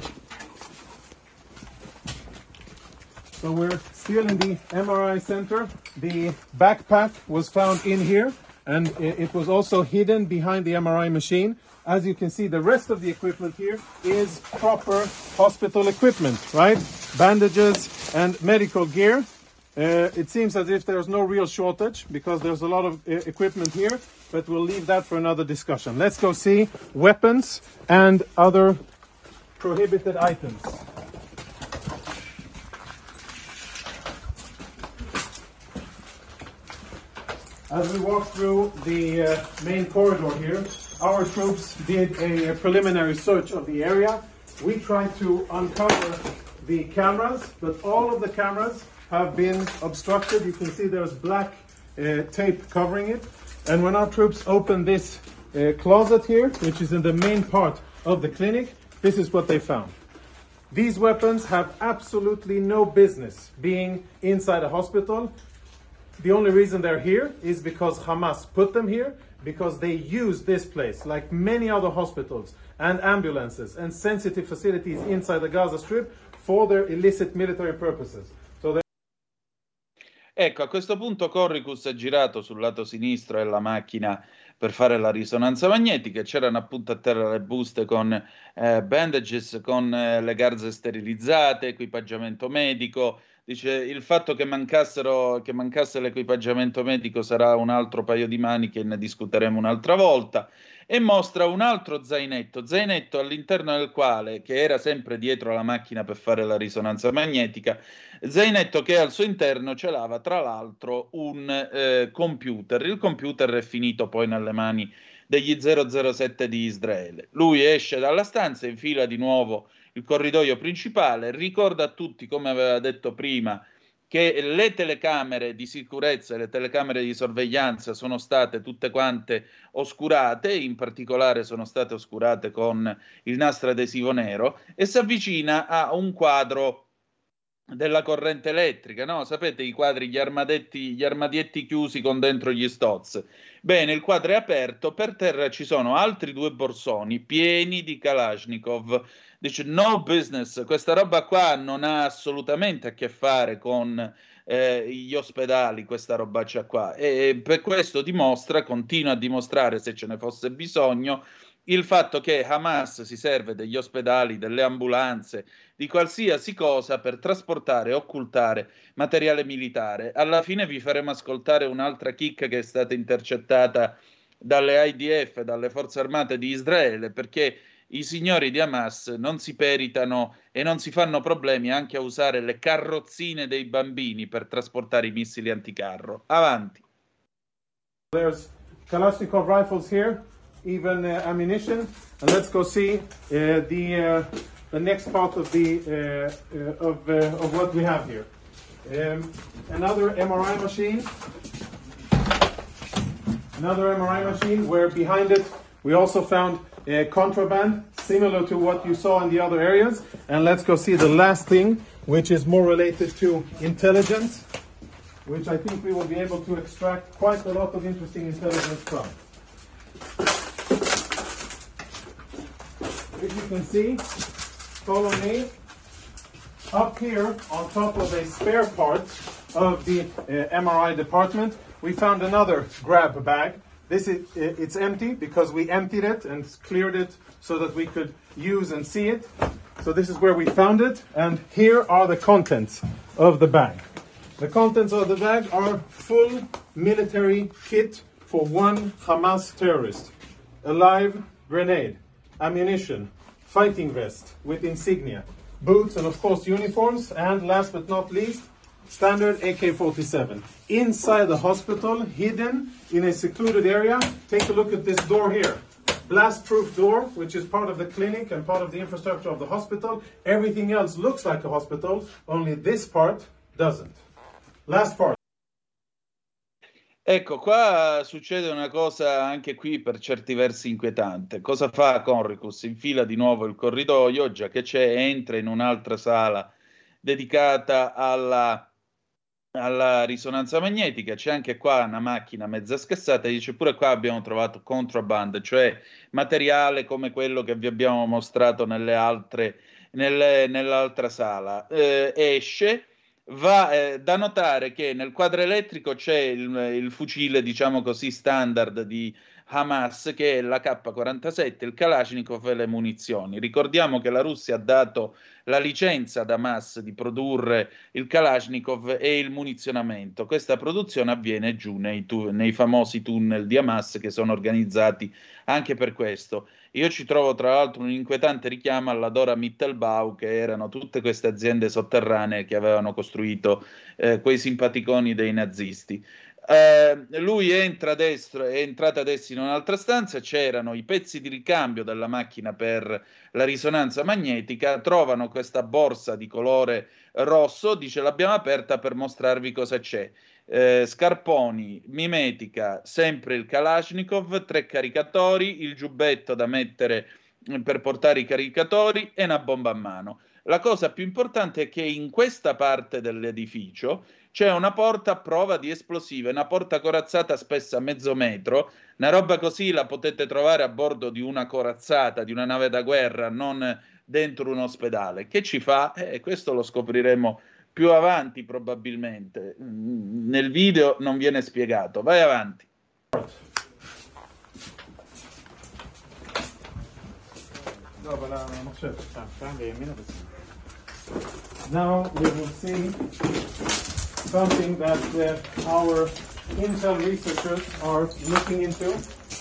So we're still in the MRI center. The backpack was found in here, and it was also hidden behind the MRI machine. As you can see, the rest of the equipment here is proper hospital equipment, right? Bandages and medical gear. It seems as if there's no real shortage because there's a lot of equipment here, but we'll leave that for another discussion. Let's go see weapons and other prohibited items. As we walk through the main corridor here, our troops did a preliminary search of the area. We tried to uncover the cameras, but all of the cameras have been obstructed. You can see there's black tape covering it. And when our troops opened this closet here, which is in the main part of the clinic, this is what they found. These weapons have absolutely no business being inside a hospital. The only reason they're here is because Hamas put them here, because they use this place, like many other hospitals and ambulances and sensitive facilities inside the Gaza Strip, for their illicit military purposes. Ecco, a questo punto Corricus è girato sul lato sinistro della macchina per fare la risonanza magnetica, c'erano appunto a terra le buste con bandages, con le garze sterilizzate, equipaggiamento medico. Dice il fatto che mancasse l'equipaggiamento medico sarà un altro paio di maniche, ne discuteremo un'altra volta. E mostra un altro zainetto all'interno del quale, che era sempre dietro la macchina per fare la risonanza magnetica, zainetto che al suo interno celava tra l'altro un computer. Il computer è finito poi nelle mani degli 007 di Israele. Lui esce dalla stanza, infila di nuovo il corridoio principale, ricorda a tutti, come aveva detto prima, che le telecamere di sicurezza e le telecamere di sorveglianza sono state tutte quante oscurate, in particolare sono state oscurate con il nastro adesivo nero, e si avvicina a un quadro della corrente elettrica, no? Sapete i quadri, gli armadietti chiusi con dentro gli Stoz. Bene, il quadro è aperto, per terra ci sono altri 2 borsoni pieni di Kalashnikov. Dice no business, questa roba qua non ha assolutamente a che fare con gli ospedali, questa robaccia qua, e per questo continua a dimostrare, se ce ne fosse bisogno, il fatto che Hamas si serve degli ospedali, delle ambulanze, di qualsiasi cosa per trasportare e occultare materiale militare. Alla fine vi faremo ascoltare un'altra chicca che è stata intercettata dalle IDF, dalle forze armate di Israele, perché i signori di Hamas non si peritano e non si fanno problemi anche a usare le carrozzine dei bambini per trasportare i missili anticarro. Avanti. There's Kalashnikov rifles here, even ammunition, and let's go see the next part of what we have here. Another MRI machine where behind it we also found contraband similar to what you saw in the other areas. And let's go see the last thing, which is more related to intelligence, which I think we will be able to extract quite a lot of interesting intelligence from. If you can see, follow me, up here on top of a spare part of the MRI department, we found another grab bag. It's empty because we emptied it and cleared it so that we could use and see it. So this is where we found it, and here are the contents of the bag. The contents of the bag are full military kit for one Hamas terrorist. A live grenade, ammunition, fighting vest with insignia, boots and of course uniforms, and last but not least, standard AK-47. Inside the hospital, hidden in a secluded area, take a look at this door here. Blast-proof door, which is part of the clinic and part of the infrastructure of the hospital. Everything else looks like a hospital, only this part doesn't. Last part. Ecco, qua succede una cosa anche qui per certi versi inquietante. Cosa fa Conricus? Infila di nuovo il corridoio, già che c'è, entra in un'altra sala dedicata alla risonanza magnetica. C'è anche qua una macchina mezza scassata, dice pure qua abbiamo trovato contrabband, cioè materiale come quello che vi abbiamo mostrato nell'altra sala. Esce. Da notare che nel quadro elettrico c'è il fucile, diciamo così, standard di Hamas, che è la K-47, il Kalashnikov e le munizioni. Ricordiamo che la Russia ha dato la licenza ad Hamas di produrre il Kalashnikov e il munizionamento. Questa produzione avviene giù nei famosi tunnel di Hamas, che sono organizzati anche per questo. Io ci trovo tra l'altro un inquietante richiamo alla Dora Mittelbau, che erano tutte queste aziende sotterranee che avevano costruito quei simpaticoni dei nazisti. Lui è entrato adesso in un'altra stanza, c'erano i pezzi di ricambio della macchina per la risonanza magnetica, trovano questa borsa di colore rosso, dice l'abbiamo aperta per mostrarvi cosa c'è. Scarponi, mimetica, sempre il Kalashnikov, 3 caricatori, il giubbetto da mettere per portare i caricatori e una bomba a mano. La cosa più importante è che in questa parte dell'edificio c'è una porta a prova di esplosive, una porta corazzata spessa mezzo metro. Una roba così la potete trovare a bordo di una corazzata, di una nave da guerra, non dentro un ospedale. Che ci fa? Questo lo scopriremo più avanti probabilmente. Nel video non viene spiegato. Vai avanti. Now we will see something that our Intel researchers are looking into.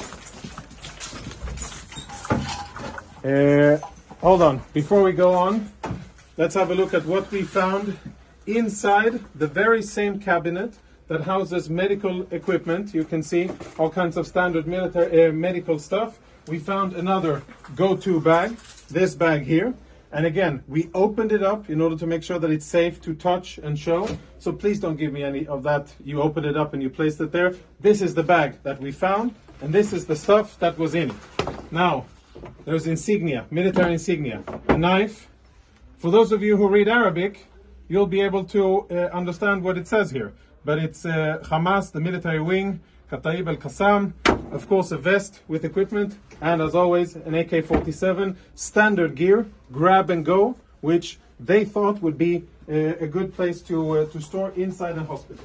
Hold on, before we go on, let's have a look at what we found inside the very same cabinet that houses medical equipment. You can see all kinds of standard military medical stuff. We found another go-to bag, this bag here. And again, we opened it up in order to make sure that it's safe to touch and show. So please don't give me any of that. You opened it up and you placed it there. This is the bag that we found, and this is the stuff that was in it. Now, there's insignia, military insignia, a knife. For those of you who read Arabic, you'll be able to understand what it says here. But it's Hamas, the military wing, Kataib al-Qassam, of course a vest with equipment, and as always an AK-47, standard gear, grab and go, which they thought would be a good place to store inside a hospital.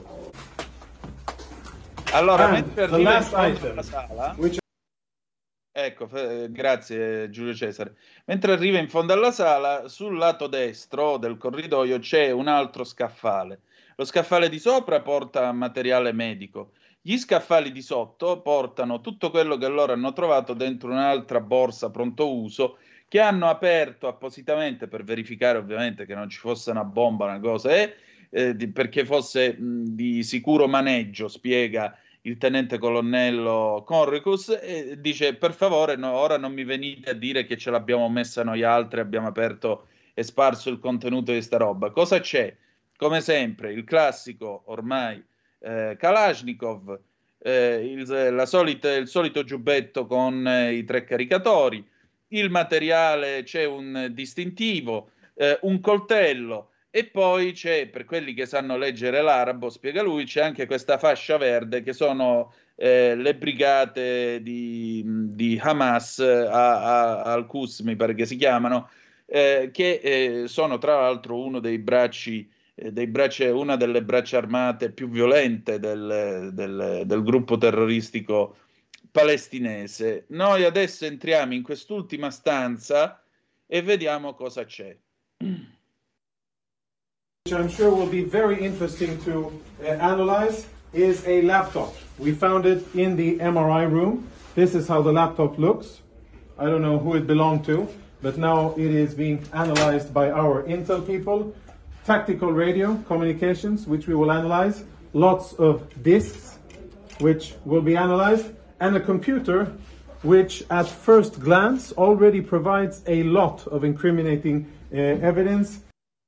Allora, and the last item, which... Ecco, grazie Giulio Cesare. Mentre arriva in fondo alla sala, sul lato destro del corridoio c'è un altro scaffale. Lo scaffale di sopra porta materiale medico. Gli scaffali di sotto portano tutto quello che loro hanno trovato dentro un'altra borsa pronto uso, che hanno aperto appositamente per verificare ovviamente che non ci fosse una bomba, una cosa, perché fosse di sicuro maneggio, spiega il tenente colonnello Conricus, e dice: per favore, no, ora non mi venite a dire che ce l'abbiamo messa noi altri, abbiamo aperto e sparso il contenuto di sta roba. Cosa c'è? Come sempre, il classico ormai Kalashnikov, il solito giubbetto con i 3 caricatori, il materiale, c'è un distintivo, un coltello, e poi c'è, per quelli che sanno leggere l'arabo, spiega lui, c'è anche questa fascia verde che sono le brigate di Hamas al-Quds, mi pare che si chiamano, che sono tra l'altro una delle braccia armate più violente del gruppo terroristico palestinese. Noi adesso entriamo in quest'ultima stanza e vediamo cosa c'è. Which I'm sure will be very interesting to analyze, is a laptop. We found it in the MRI room. This is how the laptop looks. I don't know who it belonged to, but now it is being analyzed by our Intel people. Tactical radio communications, which we will analyze. Lots of disks, which will be analyzed. And a computer, which at first glance already provides a lot of incriminating evidence.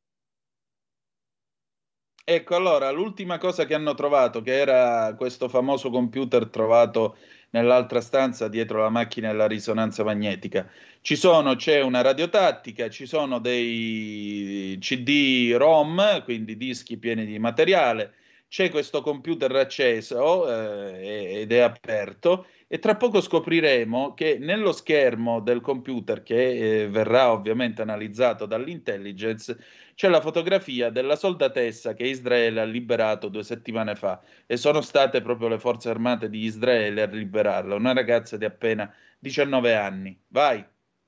Ecco, allora, l'ultima cosa che hanno trovato, che era questo famoso computer trovato nell'altra stanza dietro la macchina della risonanza magnetica. C'è una radiotattica, ci sono dei CD-ROM, quindi dischi pieni di materiale, c'è questo computer acceso ed è aperto, e tra poco scopriremo che nello schermo del computer, che verrà ovviamente analizzato dall'intelligence, c'è la fotografia della soldatessa che Israele ha liberato 2 settimane fa, e sono state proprio le forze armate di Israele a liberarla, una ragazza di appena 19 anni. Vai.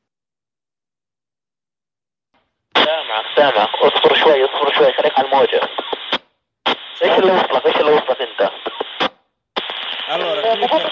سامع اصبر شوي خليك على الموجة. ايش اللي وصلك انت؟ Allora,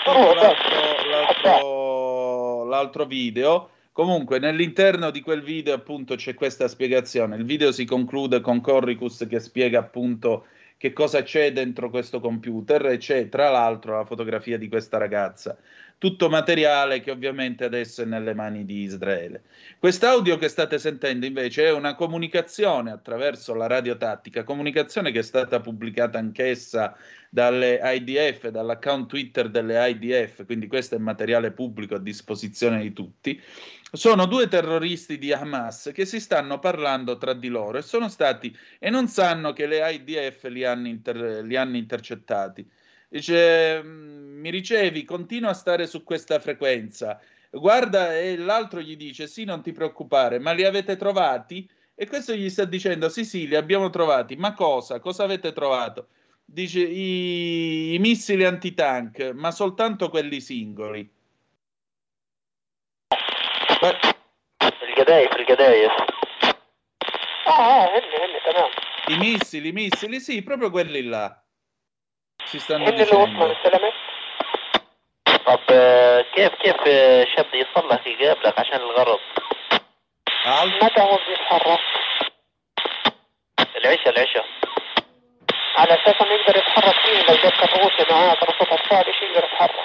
l'altro video. Comunque, nell'interno di quel video appunto c'è questa spiegazione. Il video si conclude con Corricus che spiega appunto che cosa c'è dentro questo computer, e c'è tra l'altro la fotografia di questa ragazza. Tutto materiale che ovviamente adesso è nelle mani di Israele. Quest'audio che state sentendo invece è una comunicazione attraverso la radiotattica, comunicazione che è stata pubblicata anch'essa dalle IDF, dall'account Twitter delle IDF, quindi questo è materiale pubblico a disposizione di tutti. Sono 2 terroristi di Hamas che si stanno parlando tra di loro e non sanno che le IDF li hanno intercettati. Dice: mi ricevi, continua a stare su questa frequenza, guarda, e l'altro gli dice: sì, non ti preoccupare, ma li avete trovati? E questo gli sta dicendo: sì, li abbiamo trovati. Ma cosa? Cosa avete trovato? Dice i missili antitank, ma soltanto quelli singoli. في القدايف هن تمام. I missili, sì, proprio quelli là. Si stanno هن اللي dicendo. وصلوا استلمت. طب كيف شاب يصلح يقابلك عشان الغرض؟ متى هو بيتحرك؟ العشاء على اساس انه يقدر يتحرك فيه لو جاب كروسه معاه كروسه اطفال ايش يقدر يتحرك.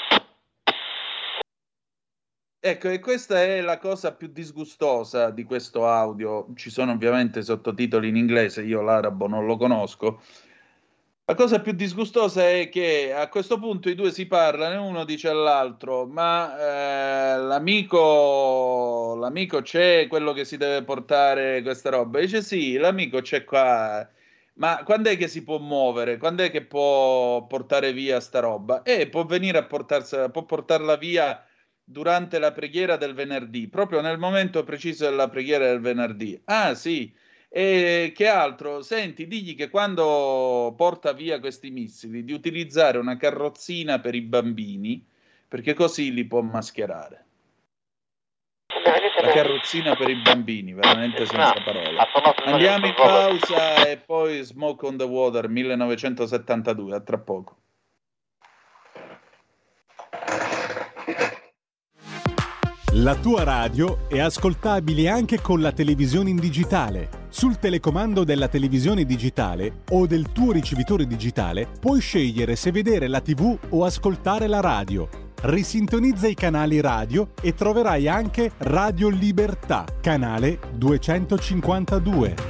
Ecco, e questa è la cosa più disgustosa di questo audio. Ci sono ovviamente sottotitoli in inglese, io l'arabo non lo conosco. La cosa più disgustosa è che a questo punto i due si parlano e uno dice all'altro: ma l'amico c'è, quello che si deve portare questa roba? Dice sì, l'amico c'è qua, ma quando è che si può muovere? Quando è che può portare via sta roba? Può venire a può portarla via durante la preghiera del venerdì, proprio nel momento preciso della preghiera del venerdì. Ah sì, e che altro? Senti, digli che quando porta via questi missili di utilizzare una carrozzina per i bambini, perché così li può mascherare. La carrozzina per i bambini, veramente senza parole. Andiamo in pausa e poi Smoke on the Water 1972, a tra poco. La tua radio è ascoltabile anche con la televisione in digitale. Sul telecomando della televisione digitale o del tuo ricevitore digitale puoi scegliere se vedere la TV o ascoltare la radio. Risintonizza i canali radio e troverai anche Radio Libertà, canale 252.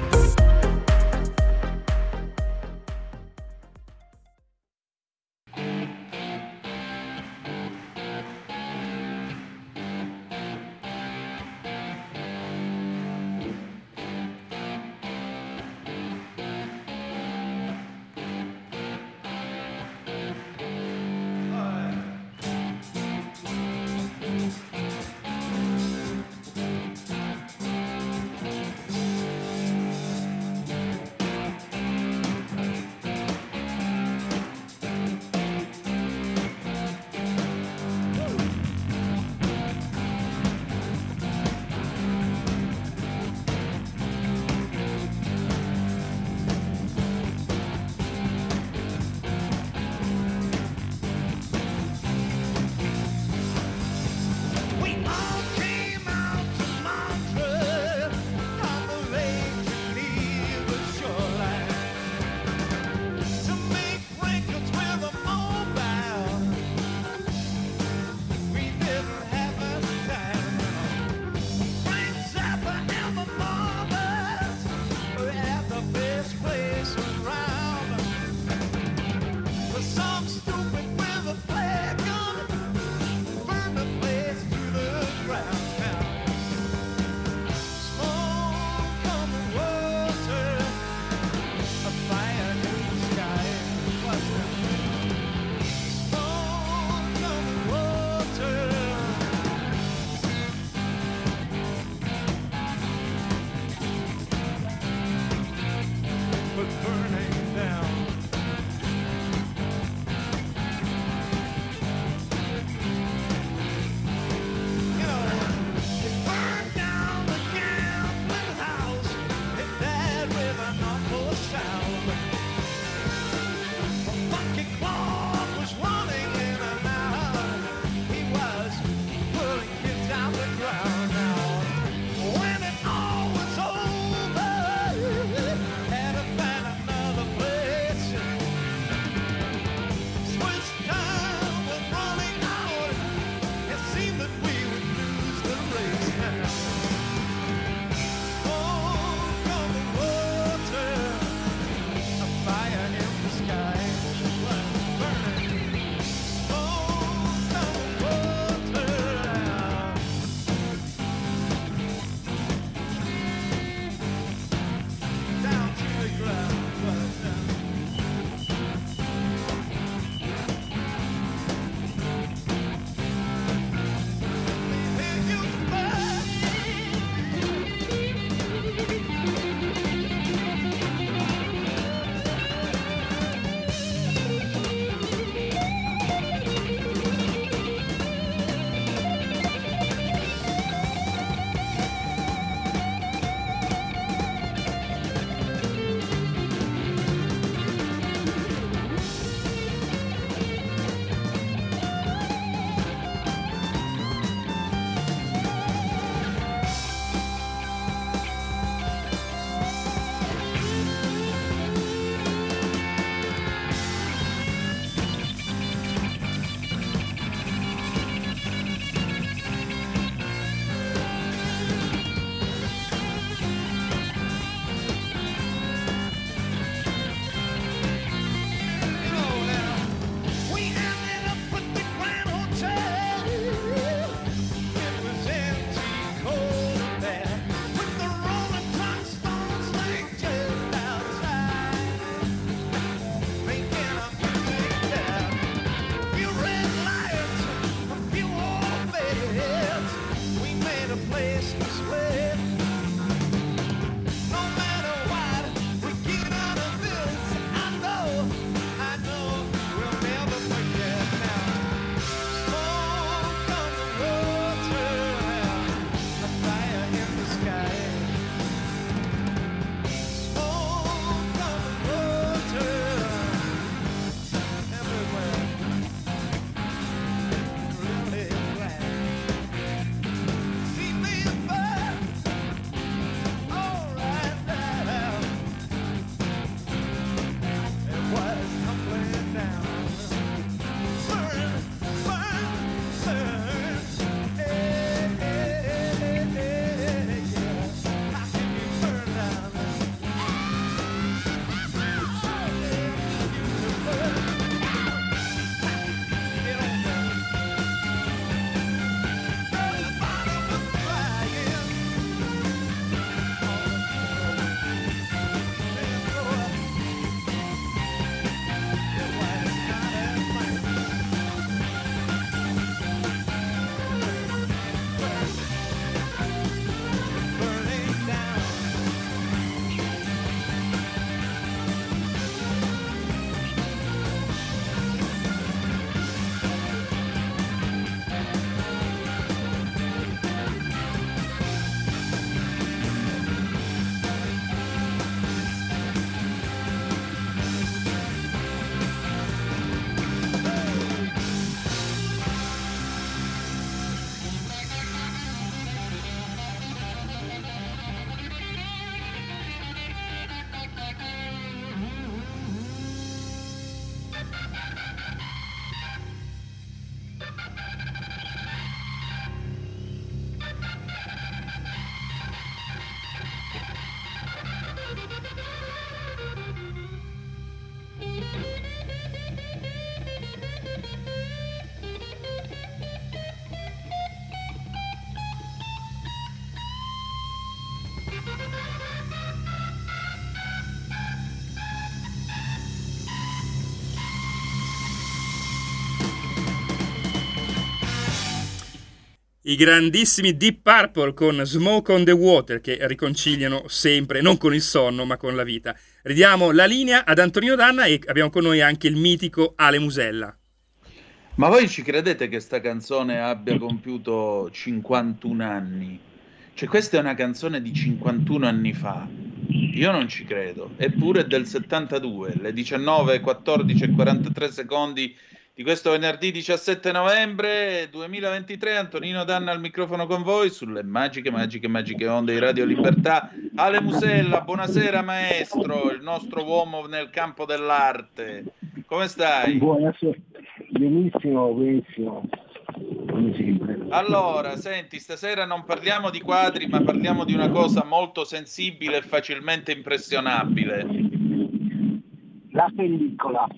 I grandissimi Deep Purple con Smoke on the Water, che riconciliano sempre, non con il sonno, ma con la vita. Ridiamo la linea ad Antonino Danna e abbiamo con noi anche il mitico Ale Musella. Ma voi ci credete che sta canzone abbia compiuto 51 anni? Cioè, questa è una canzone di 51 anni fa. Io non ci credo. Eppure è del 72, le 19, 14 e 43 secondi di questo venerdì 17 novembre 2023. Antonino Danna al microfono con voi sulle magiche onde di Radio Libertà. Ale Musella, buonasera maestro, il nostro uomo nel campo dell'arte. Come stai? Buonasera, benissimo. Come sempre. Allora, senti, stasera non parliamo di quadri, ma parliamo di una cosa molto sensibile e facilmente impressionabile. La pellicola.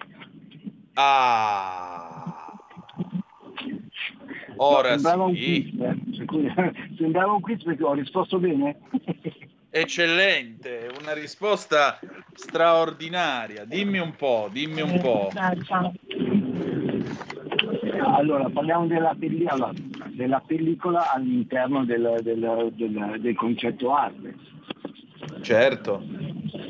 Ora sembrava sì. Sembrava un quiz perché ho risposto bene. Eccellente, una risposta straordinaria. Dimmi un po'. Allora, parliamo della pellicola all'interno del concetto arte. Certo.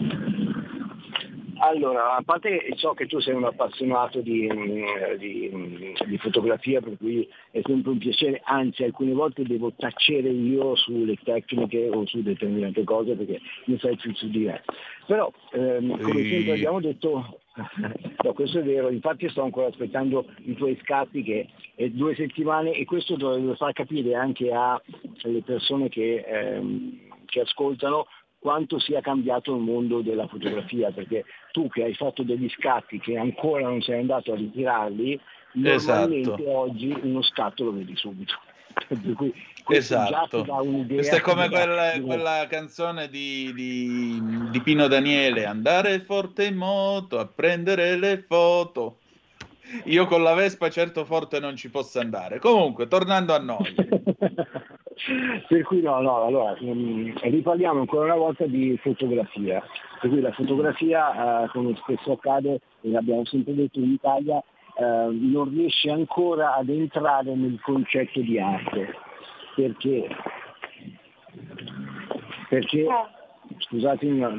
Allora, a parte so che tu sei un appassionato di fotografia, per cui è sempre un piacere, anzi alcune volte devo tacere io sulle tecniche o su determinate cose perché ne sai più su di me. Però, come sempre abbiamo detto, no, questo è vero, infatti sto ancora aspettando i tuoi scatti che è 2 settimane e questo dovrebbe far capire anche alle persone che ascoltano quanto sia cambiato il mondo della fotografia, perché tu che hai fatto degli scatti che ancora non sei andato a ritirarli, normalmente oggi uno scatto lo vedi subito. Per cui esatto. Questa è come quella canzone di Pino Daniele, andare forte in moto a prendere le foto. Io con la Vespa certo forte non ci posso andare. Comunque, tornando a noi. Per cui allora riparliamo ancora una volta di fotografia, per cui la fotografia come spesso accade, e l'abbiamo sempre detto in Italia, non riesce ancora ad entrare nel concetto di arte, perché scusatemi,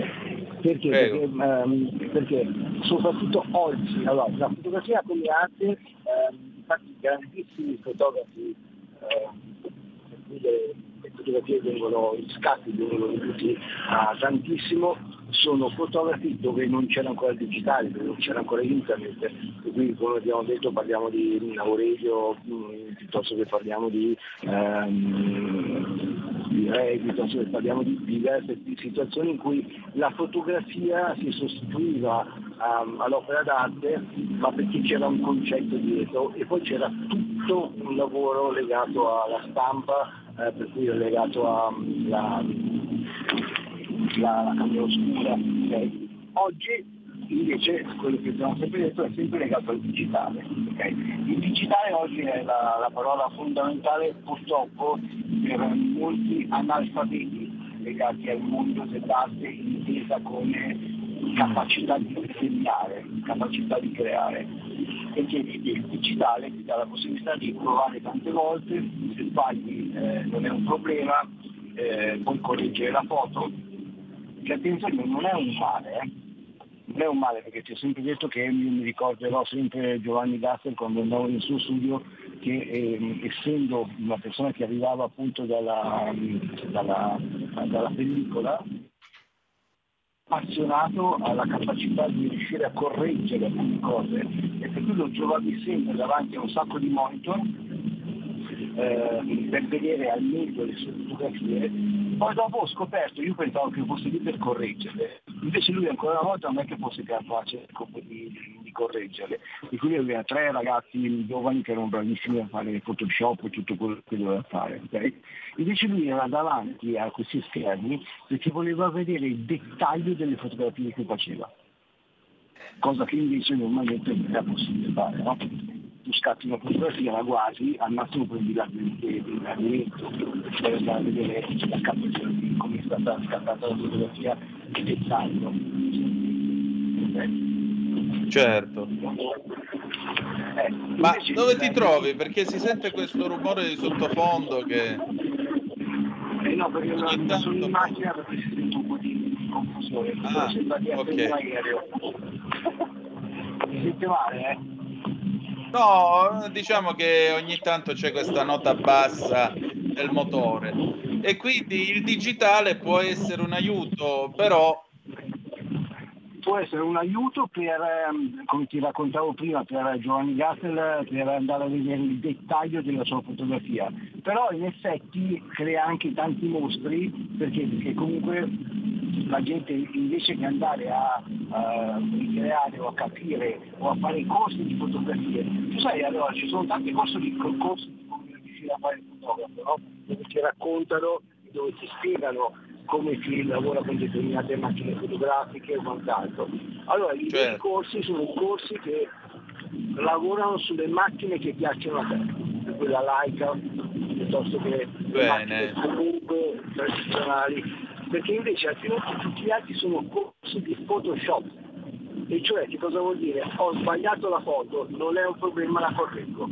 perché soprattutto oggi, allora, la fotografia come arte, infatti grandissimi fotografi, le fotografie gli scatti vengono venuti tantissimo, sono fotografi dove non c'era ancora il digitale, dove non c'era ancora internet, e quindi come abbiamo detto parliamo di Aurelio, piuttosto che parliamo di Ray, piuttosto che parliamo di diverse situazioni in cui la fotografia si sostituiva all'opera d'arte, ma perché c'era un concetto dietro e poi c'era tutto un lavoro legato alla stampa, per cui è legato alla camera oscura. Okay? Oggi invece quello che abbiamo sempre detto è sempre legato al digitale. Okay? Il digitale oggi è la parola fondamentale purtroppo per molti analfabeti legati al mondo dell'arte, intesa come capacità di disegnare, capacità di creare, perché il digitale ti dà la possibilità di provare tante volte, se sbagli non è un problema, puoi correggere la foto, che attenzione non è un male, non è un male, perché ti ho sempre detto che io mi ricorderò sempre Giovanni Gasser quando andavo nel suo studio, che essendo una persona che arrivava appunto dalla pellicola, appassionato alla capacità di riuscire a correggere alcune cose, e per cui lo trovavi sempre davanti a un sacco di monitor per vedere al meglio le sue fotografie. Poi dopo ho scoperto, io pensavo che fosse lì per correggerle, invece lui ancora una volta non è che fosse capace di correggerle, di cui aveva 3 ragazzi giovani che erano bravissimi a fare Photoshop e tutto quello che doveva fare, okay? Invece lui era davanti a questi schermi perché voleva vedere il dettaglio delle fotografie che faceva, cosa che invece normalmente non era possibile fare, no? Tu scatti una fotografia, la guardi, al massimo prendi l'aggiornamento per andare a vedere la capacità di come è stata scattata la fotografia, il dettaglio. Okay? Certo. Ma dove ti trovi? Perché si sente questo rumore di sottofondo che... no, perché sono in macchina, perché si sente un po' di confusione. Sembra di essere un aereo. Mi sente male, No, diciamo che ogni tanto c'è questa nota bassa del motore e quindi il digitale può essere un aiuto, però... Può essere un aiuto per, come ti raccontavo prima, per Giovanni Gattel, per andare a vedere il dettaglio della sua fotografia. Però in effetti crea anche tanti mostri, perché comunque la gente, invece che andare a ricreare o a capire o a fare corsi di fotografie, tu sai, allora ci sono tanti corsi di come riuscire a fare il fotografo, no? Dove ti raccontano, dove ti spiegano come si lavora con determinate macchine fotografiche e quant'altro. Allora i veri corsi sono corsi che lavorano sulle macchine che piacciono a te, quella Leica piuttosto che le macchine comunque tradizionali, perché invece altrimenti tutti gli altri sono corsi di Photoshop, e cioè che cosa vuol dire? Ho sbagliato la foto, non è un problema, la correggo.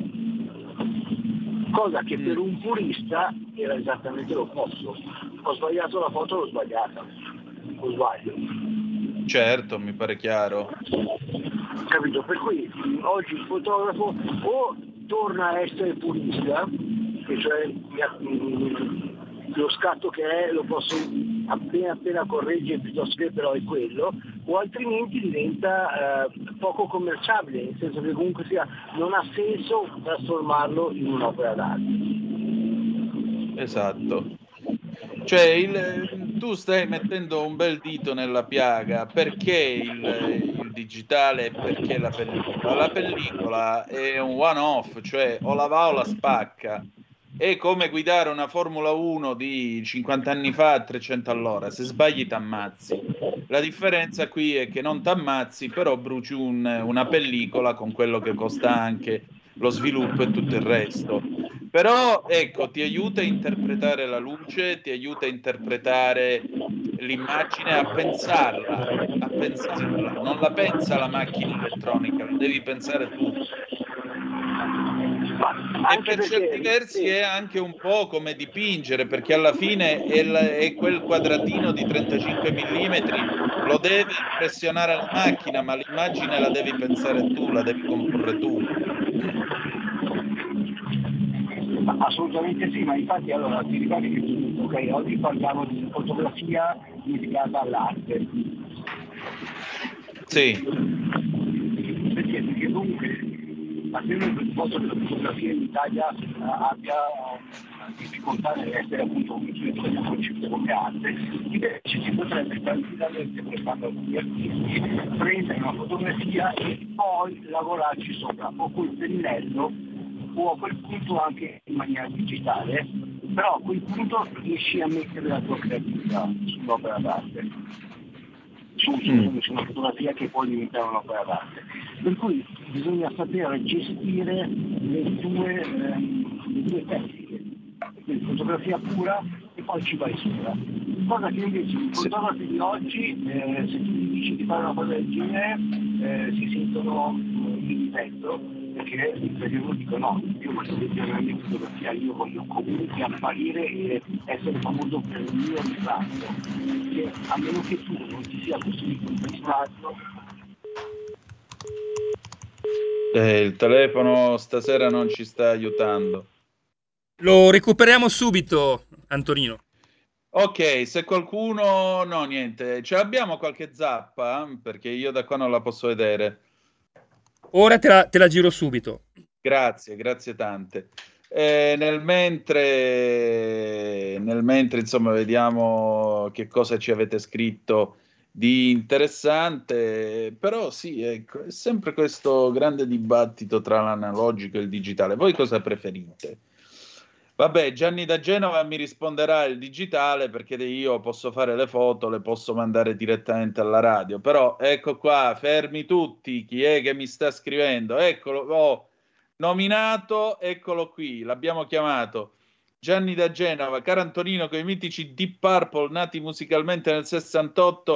Cosa che per un purista era esattamente l'opposto. Ho sbagliato la foto, l'ho sbagliata. O sbaglio. Certo, mi pare chiaro. Capito? Per cui oggi il fotografo o torna a essere purista, che cioè lo scatto che è lo posso appena correggere piuttosto che però è quello, o altrimenti diventa poco commerciabile, nel senso che comunque sia non ha senso trasformarlo in un'opera d'arte. Esatto. Cioè tu stai mettendo un bel dito nella piaga. Perché il digitale e perché la pellicola? La pellicola è un one-off, cioè o la va o la spacca. È come guidare una Formula 1 di 50 anni fa a 300 all'ora. Se sbagli t'ammazzi. La differenza qui è che non t'ammazzi, però bruci una pellicola con quello che costa anche lo sviluppo e tutto il resto. Però ecco, ti aiuta a interpretare la luce, ti aiuta a interpretare l'immagine, a pensarla. Non la pensa la macchina elettronica, la devi pensare tu. E per certi versi è anche un po' come dipingere, perché alla fine è quel quadratino di 35 mm, lo devi impressionare la macchina, ma l'immagine la devi pensare tu, la devi comporre tu. Assolutamente sì, ma infatti allora ti ricordi che oggi parliamo di fotografia dedicata all'arte. Sì. Perché comunque almeno per foto della fotografia in Italia abbia difficoltà nell'essere appunto un utilizzo concepito come arte, invece si potrebbe tranquillamente, prestando alcuni artisti, prendere una fotografia e poi lavorarci sopra, o col pennello o a quel punto anche in maniera digitale, però a quel punto riesci a mettere la tua creatività sull'opera d'arte, su una fotografia che può diventare un'opera d'arte. Per cui bisogna sapere gestire le due tecniche, quindi fotografia pura e poi ci vai sopra. Cosa che invece i fotografi di oggi, se tu gli dici di fare una cosa del genere, si sentono in difetto, perché loro dicono no, io voglio vedere la mia fotografia, io voglio comunque apparire e essere famoso per il mio ritratto, perché a meno che tu non ti sia costruito un personaggio. Il telefono stasera non ci sta aiutando. Lo recuperiamo subito, Antonino. Ok, se qualcuno... No, niente. Ce l'abbiamo qualche zappa? Perché io da qua non la posso vedere. Ora te la giro subito. Grazie tante. Nel mentre, insomma, vediamo che cosa ci avete scritto di interessante. Però sì, ecco, è sempre questo grande dibattito tra l'analogico e il digitale. Voi cosa preferite? Vabbè, Gianni da Genova mi risponderà il digitale, perché io posso fare le foto, le posso mandare direttamente alla radio. Però ecco qua, fermi tutti, chi è che mi sta scrivendo? Eccolo, nominato, eccolo qui, l'abbiamo chiamato. Gianni da Genova, caro Antonino, con i mitici Deep Purple nati musicalmente nel 68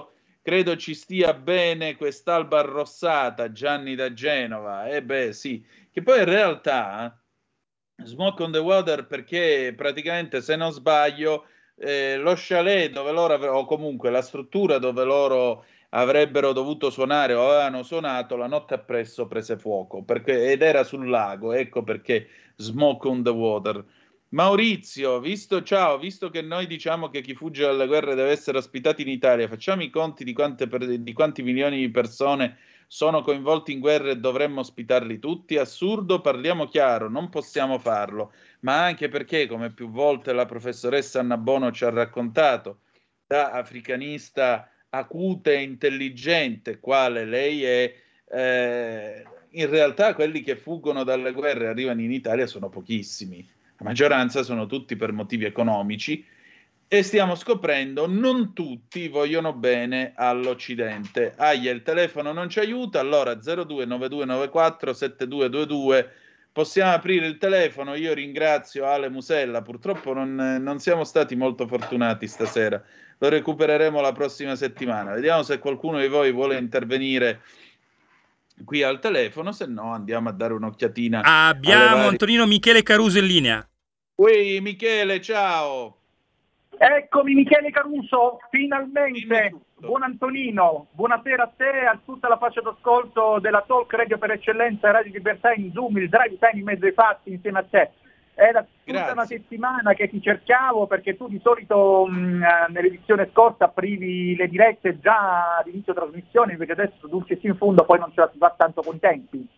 credo ci stia bene quest'alba arrossata, Gianni da Genova. Sì, che poi in realtà Smoke on the Water, perché praticamente, se non sbaglio, lo chalet dove loro o comunque la struttura dove loro avrebbero dovuto suonare o avevano suonato, la notte appresso prese fuoco ed era sul lago, ecco perché Smoke on the Water. Maurizio, visto che noi diciamo che chi fugge dalle guerre deve essere ospitato in Italia, facciamo i conti di quanti milioni di persone sono coinvolti in guerra e dovremmo ospitarli tutti? Assurdo, parliamo chiaro, non possiamo farlo, ma anche perché, come più volte la professoressa Anna Bono ci ha raccontato, da africanista acuta e intelligente, quale lei è, in realtà quelli che fuggono dalle guerre e arrivano in Italia sono pochissimi, la maggioranza sono tutti per motivi economici, e stiamo scoprendo non tutti vogliono bene all'Occidente. Il telefono non ci aiuta, allora 0292947222, possiamo aprire il telefono. Io ringrazio Ale Musella, purtroppo non siamo stati molto fortunati stasera, lo recupereremo la prossima settimana. Vediamo se qualcuno di voi vuole intervenire qui al telefono, se no andiamo a dare un'occhiatina. Abbiamo Antonino Michele Caruso in linea. Ui, Michele, ciao. Eccomi, Michele Caruso, finalmente. Buon Antonino, buonasera a te e a tutta la fascia d'ascolto della Talk Radio per eccellenza, Radio Libertà in Zoom, il drive time in mezzo ai fatti insieme a te. È da tutta una settimana che ti cercavo, perché tu di solito nell'edizione scorsa aprivi le dirette già ad inizio trasmissione, invece adesso dulce in fondo poi non ce la si fa tanto con i tempi.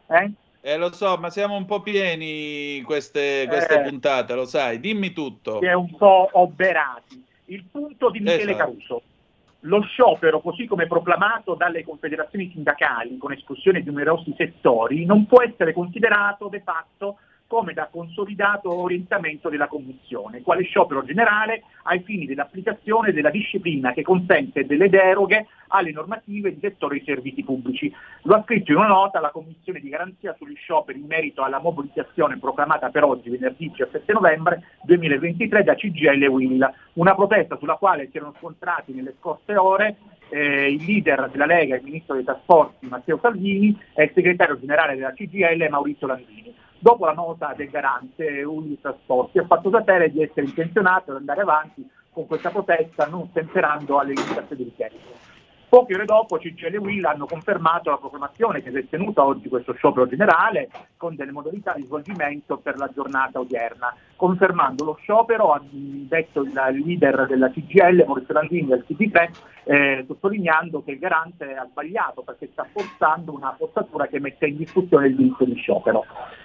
Lo so, ma siamo un po' pieni queste puntate, lo sai, dimmi tutto. Si è un po' oberati. Il punto di Michele Caruso. Lo sciopero, così come proclamato dalle confederazioni sindacali, con esclusione di numerosi settori, non può essere considerato de facto come da consolidato orientamento della Commissione, quale sciopero generale ai fini dell'applicazione della disciplina che consente delle deroghe alle normative di settore dei servizi pubblici. Lo ha scritto in una nota la Commissione di garanzia sugli scioperi in merito alla mobilitazione proclamata per oggi, venerdì 17 novembre 2023, da CGIL e UIL, una protesta sulla quale si erano scontrati nelle scorse ore il leader della Lega, il ministro dei trasporti Matteo Salvini, e il segretario generale della CGIL Maurizio Landini. Dopo la nota del garante UIL Trasporti ha fatto sapere di essere intenzionato ad andare avanti con questa protesta, non temperando alle limitazioni richieste. Poche ore dopo CGIL e UIL hanno confermato la proclamazione che si è tenuta oggi questo sciopero generale con delle modalità di svolgimento per la giornata odierna. Confermando lo sciopero, ha detto il leader della CGIL, Maurizio Landini, del CD3, sottolineando che il garante ha sbagliato perché sta forzando una forzatura che mette in discussione il diritto di sciopero.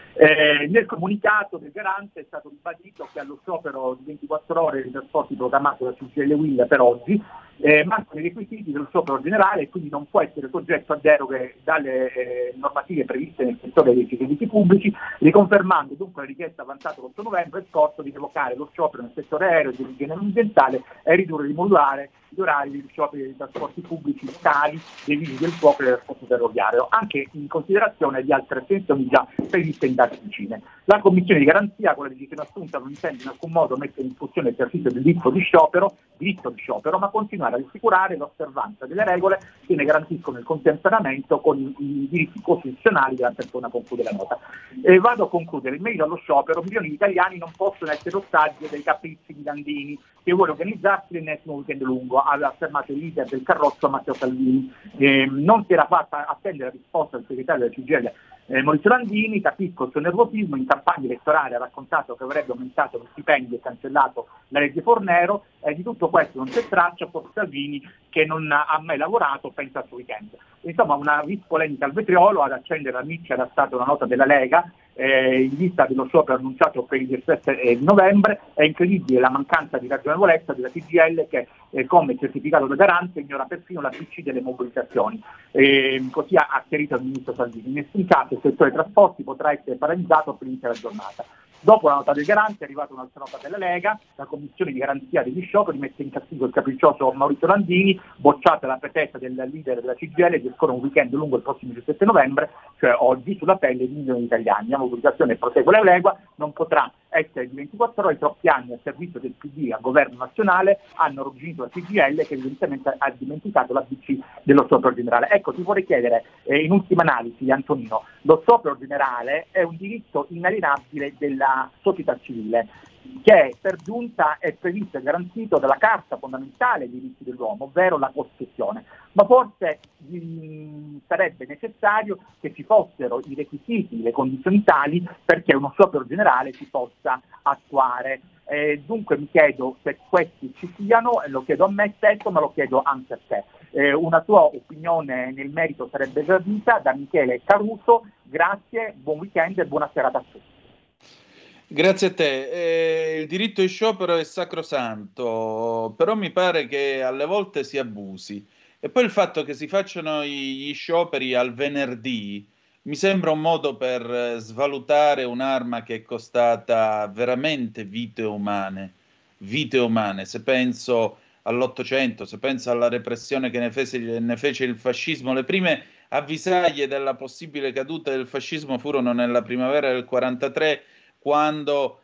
Nel comunicato del garante è stato ribadito che allo sciopero di 24 ore di trasporti programmato da CGIL e UIL per oggi mancano i requisiti dello sciopero generale e quindi non può essere soggetto a deroghe dalle normative previste nel settore dei servizi pubblici, riconfermando dunque la richiesta avanzata l'8 novembre scorso di revocare lo sciopero nel settore aereo e dell'igiene ambientale e ridurre di modulare gli orari degli scioperi dei trasporti pubblici tali dei vigili del fuoco e del trasporto ferroviario, anche in considerazione di altre estensioni già previste in date vicine. La Commissione di garanzia, con la decisione assunta, non intende in alcun modo mettere in discussione l'esercizio del diritto di sciopero, ma continuare ad assicurare l'osservanza delle regole che ne garantiscono il contemperamento con i diritti costituzionali della persona, conclude la nota. Vado a concludere. In merito allo sciopero, milioni di italiani non possono essere ostaggio dei capricci di Landini, che vuole organizzarsi l'ennesimo weekend lungo, aveva affermato il leader del carrozzo Matteo Salvini. Non si era fatta attendere la risposta del segretario della CGIL Maurizio Landini. Capisco il suo nervosismo, in campagna elettorale ha raccontato che avrebbe aumentato lo stipendio e cancellato la legge Fornero, di tutto questo non c'è traccia, forse Salvini, che non ha mai lavorato, pensa al suo weekend. Insomma, una vis polemica al vetriolo. Ad accendere la miccia era stata una nota della Lega in vista dello sciopero annunciato per il 17 novembre. È incredibile la mancanza di ragionevolezza della CGIL che, come certificato da garante, ignora perfino la PC delle mobilitazioni. Così ha chiarito il ministro Salvini. In nessun caso il settore dei trasporti potrà essere paralizzato per l'intera giornata. Dopo la nota del garante è arrivata un'altra nota della Lega, la Commissione di garanzia degli scioperi mette in castigo il capriccioso Maurizio Landini, bocciata la pretesa del leader della CGIL di scorrere un weekend lungo il prossimo 17 novembre, cioè oggi, sulla pelle di milioni di italiani. La mobilitazione prosegue la Lega, non potrà essere di 24 ore, troppi anni al servizio del PD al governo nazionale hanno ruggito la CGIL, che evidentemente ha dimenticato la BC dello sciopero generale. Ecco, ti vorrei chiedere, in ultima analisi, Antonino, lo sciopero generale è un diritto inalienabile della società civile, che per giunta è previsto e garantito dalla Carta fondamentale dei diritti dell'uomo, ovvero la Costituzione. Ma forse sarebbe necessario che ci fossero i requisiti, le condizioni tali perché uno sciopero generale si possa attuare. Dunque mi chiedo se questi ci siano, e lo chiedo a me stesso, ma lo chiedo anche a te. Una tua opinione nel merito sarebbe gradita. Da Michele Caruso, grazie, buon weekend e buona serata a tutti. Grazie a te. Il diritto di sciopero è sacrosanto, però mi pare che alle volte si abusi. E poi il fatto che si facciano gli scioperi al venerdì mi sembra un modo per svalutare un'arma che è costata veramente vite umane. Vite umane. Se penso all'800, se penso alla repressione che ne fece il fascismo, le prime avvisaglie della possibile caduta del fascismo furono nella primavera del 43, quando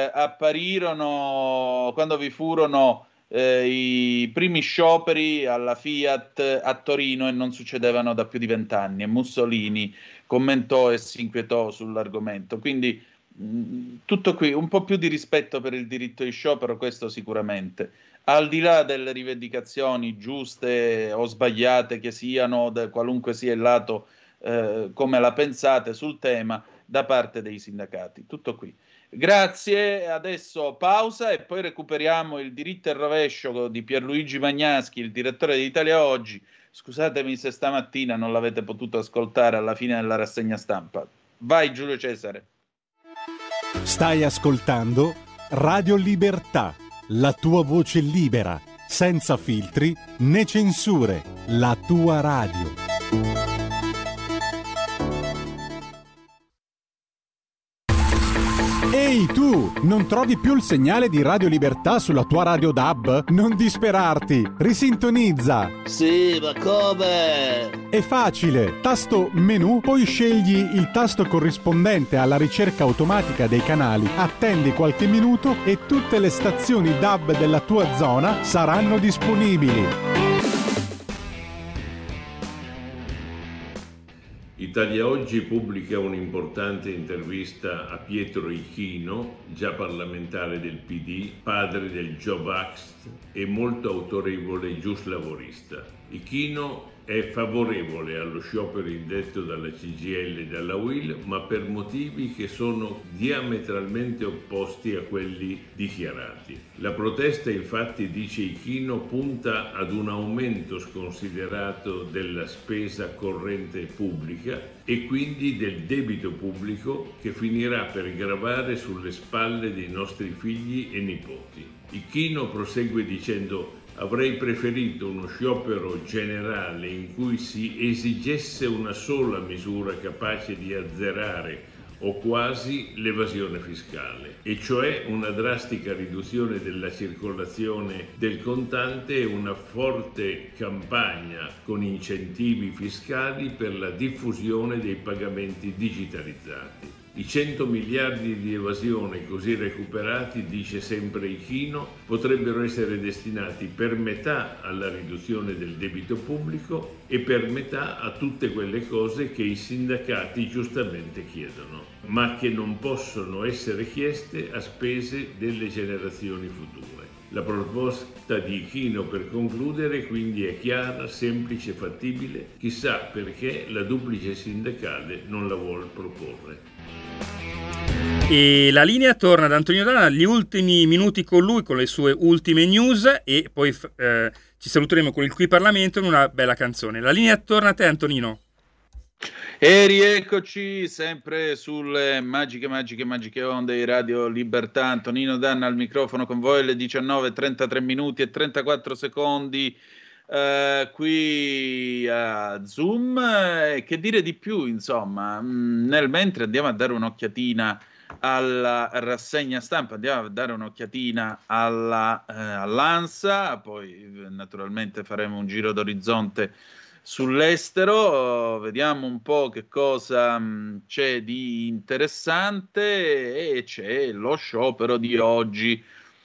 vi furono i primi scioperi alla Fiat a Torino, e non succedevano da più di 20 anni, e Mussolini commentò e si inquietò sull'argomento. Quindi tutto qui, un po' più di rispetto per il diritto di sciopero, questo sicuramente, al di là delle rivendicazioni giuste o sbagliate che siano, qualunque sia il lato, come la pensate sul tema, da parte dei sindacati. Tutto qui. Grazie, adesso pausa e poi recuperiamo il diritto e rovescio di Pierluigi Magnaschi, il direttore di Italia Oggi. Scusatemi se stamattina non l'avete potuto ascoltare alla fine della rassegna stampa. Vai Giulio Cesare. Stai ascoltando Radio Libertà, la tua voce libera, senza filtri né censure, la tua radio. Ehi tu, non trovi più il segnale di Radio Libertà sulla tua radio DAB? Non disperarti, risintonizza! Sì, ma come? È facile, tasto menu, poi scegli il tasto corrispondente alla ricerca automatica dei canali, attendi qualche minuto e tutte le stazioni DAB della tua zona saranno disponibili. Italia Oggi pubblica un'importante intervista a Pietro Ichino, già parlamentare del PD, padre del Jobs Act e molto autorevole giuslavorista. Ichino è favorevole allo sciopero indetto dalla CGIL e dalla UIL, ma per motivi che sono diametralmente opposti a quelli dichiarati. La protesta, infatti, dice Ichino, punta ad un aumento sconsiderato della spesa corrente pubblica e quindi del debito pubblico, che finirà per gravare sulle spalle dei nostri figli e nipoti. Ichino prosegue dicendo: avrei preferito uno sciopero generale in cui si esigesse una sola misura capace di azzerare o quasi l'evasione fiscale, e cioè una drastica riduzione della circolazione del contante e una forte campagna con incentivi fiscali per la diffusione dei pagamenti digitalizzati. I 100 miliardi di evasione così recuperati, dice sempre Ichino, potrebbero essere destinati per metà alla riduzione del debito pubblico e per metà a tutte quelle cose che i sindacati giustamente chiedono, ma che non possono essere chieste a spese delle generazioni future. La proposta di Ichino, per concludere, quindi è chiara, semplice, fattibile, chissà perché la duplice sindacale non la vuol proporre. E la linea torna ad Antonino Danna, gli ultimi minuti con lui, con le sue ultime news, e poi ci saluteremo con il Qui Parlamento in una bella canzone. La linea torna a te, Antonino. E rieccoci sempre sulle magiche onde di Radio Libertà. Antonino Danna al microfono con voi alle 19:33 minuti e 34 secondi. Qui a Zoom, che dire di più, insomma. Nel mentre andiamo a dare un'occhiatina alla rassegna stampa, andiamo a dare un'occhiatina all'ANSA, poi naturalmente faremo un giro d'orizzonte sull'estero. Vediamo un po' che cosa c'è di interessante, e c'è lo sciopero di oggi.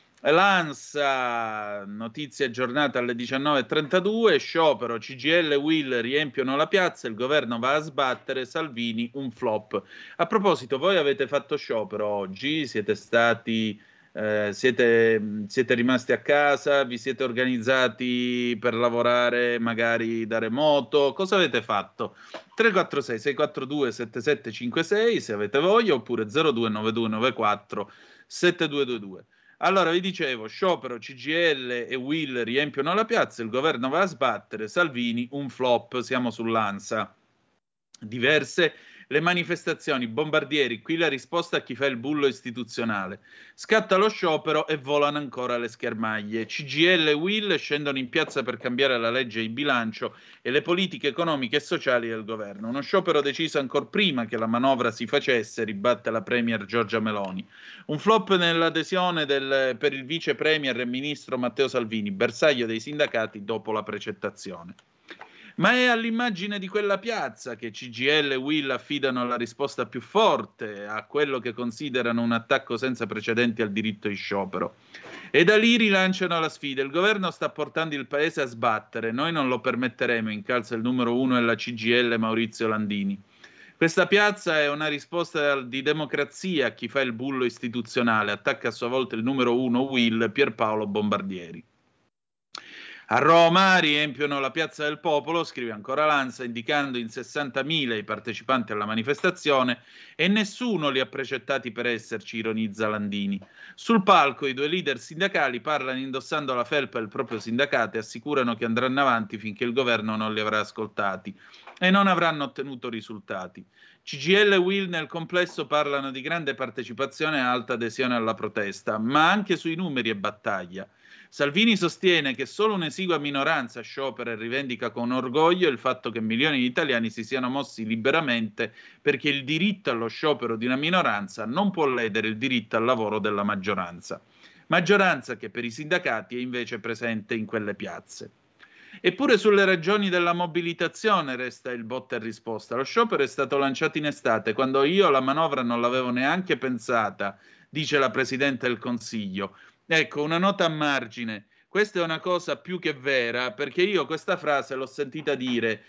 L'ANSA, notizia aggiornata alle 19.32, sciopero, CGIL e UIL riempiono la piazza, il governo va a sbattere, Salvini un flop. A proposito, voi avete fatto sciopero oggi? Siete stati... siete rimasti a casa? Vi siete organizzati per lavorare magari da remoto? Cosa avete fatto? 346 642 7756 se avete voglia, oppure 029294 7222. Allora, vi dicevo, sciopero, CGIL e UIL riempiono la piazza, il governo va a sbattere, Salvini un flop, siamo sull'ANSA. Diverse le manifestazioni, bombardieri, qui la risposta a chi fa il bullo istituzionale. Scatta lo sciopero e volano ancora le schermaglie. CGIL e UIL scendono in piazza per cambiare la legge di bilancio e le politiche economiche e sociali del governo. Uno sciopero deciso ancora prima che la manovra si facesse, ribatte la premier Giorgia Meloni. Un flop nell'adesione per il vice premier e ministro Matteo Salvini, bersaglio dei sindacati dopo la precettazione. Ma è all'immagine di quella piazza che CGIL e UIL affidano la risposta più forte a quello che considerano un attacco senza precedenti al diritto di sciopero. E da lì rilanciano la sfida. Il governo sta portando il paese a sbattere, noi non lo permetteremo, incalza il numero 1 della CGIL Maurizio Landini. Questa piazza è una risposta di democrazia a chi fa il bullo istituzionale, attacca a sua volta il numero 1 UIL Pierpaolo Bombardieri. A Roma riempiono la Piazza del Popolo, scrive ancora l'ANSA, indicando in 60.000 i partecipanti alla manifestazione e nessuno li ha precettati per esserci, ironizza Landini. Sul palco i due leader sindacali parlano indossando la felpa del proprio sindacato e assicurano che andranno avanti finché il governo non li avrà ascoltati e non avranno ottenuto risultati. CGIL e UIL nel complesso parlano di grande partecipazione e alta adesione alla protesta, ma anche sui numeri è battaglia. Salvini sostiene che solo un'esigua minoranza sciopera e rivendica con orgoglio il fatto che milioni di italiani si siano mossi liberamente perché il diritto allo sciopero di una minoranza non può ledere il diritto al lavoro della maggioranza. Maggioranza che per i sindacati è invece presente in quelle piazze. Eppure sulle ragioni della mobilitazione resta il botta e risposta. Lo sciopero è stato lanciato in estate, quando io la manovra non l'avevo neanche pensata, dice la Presidente del Consiglio. Ecco, una nota a margine, questa è una cosa più che vera, perché io questa frase l'ho sentita dire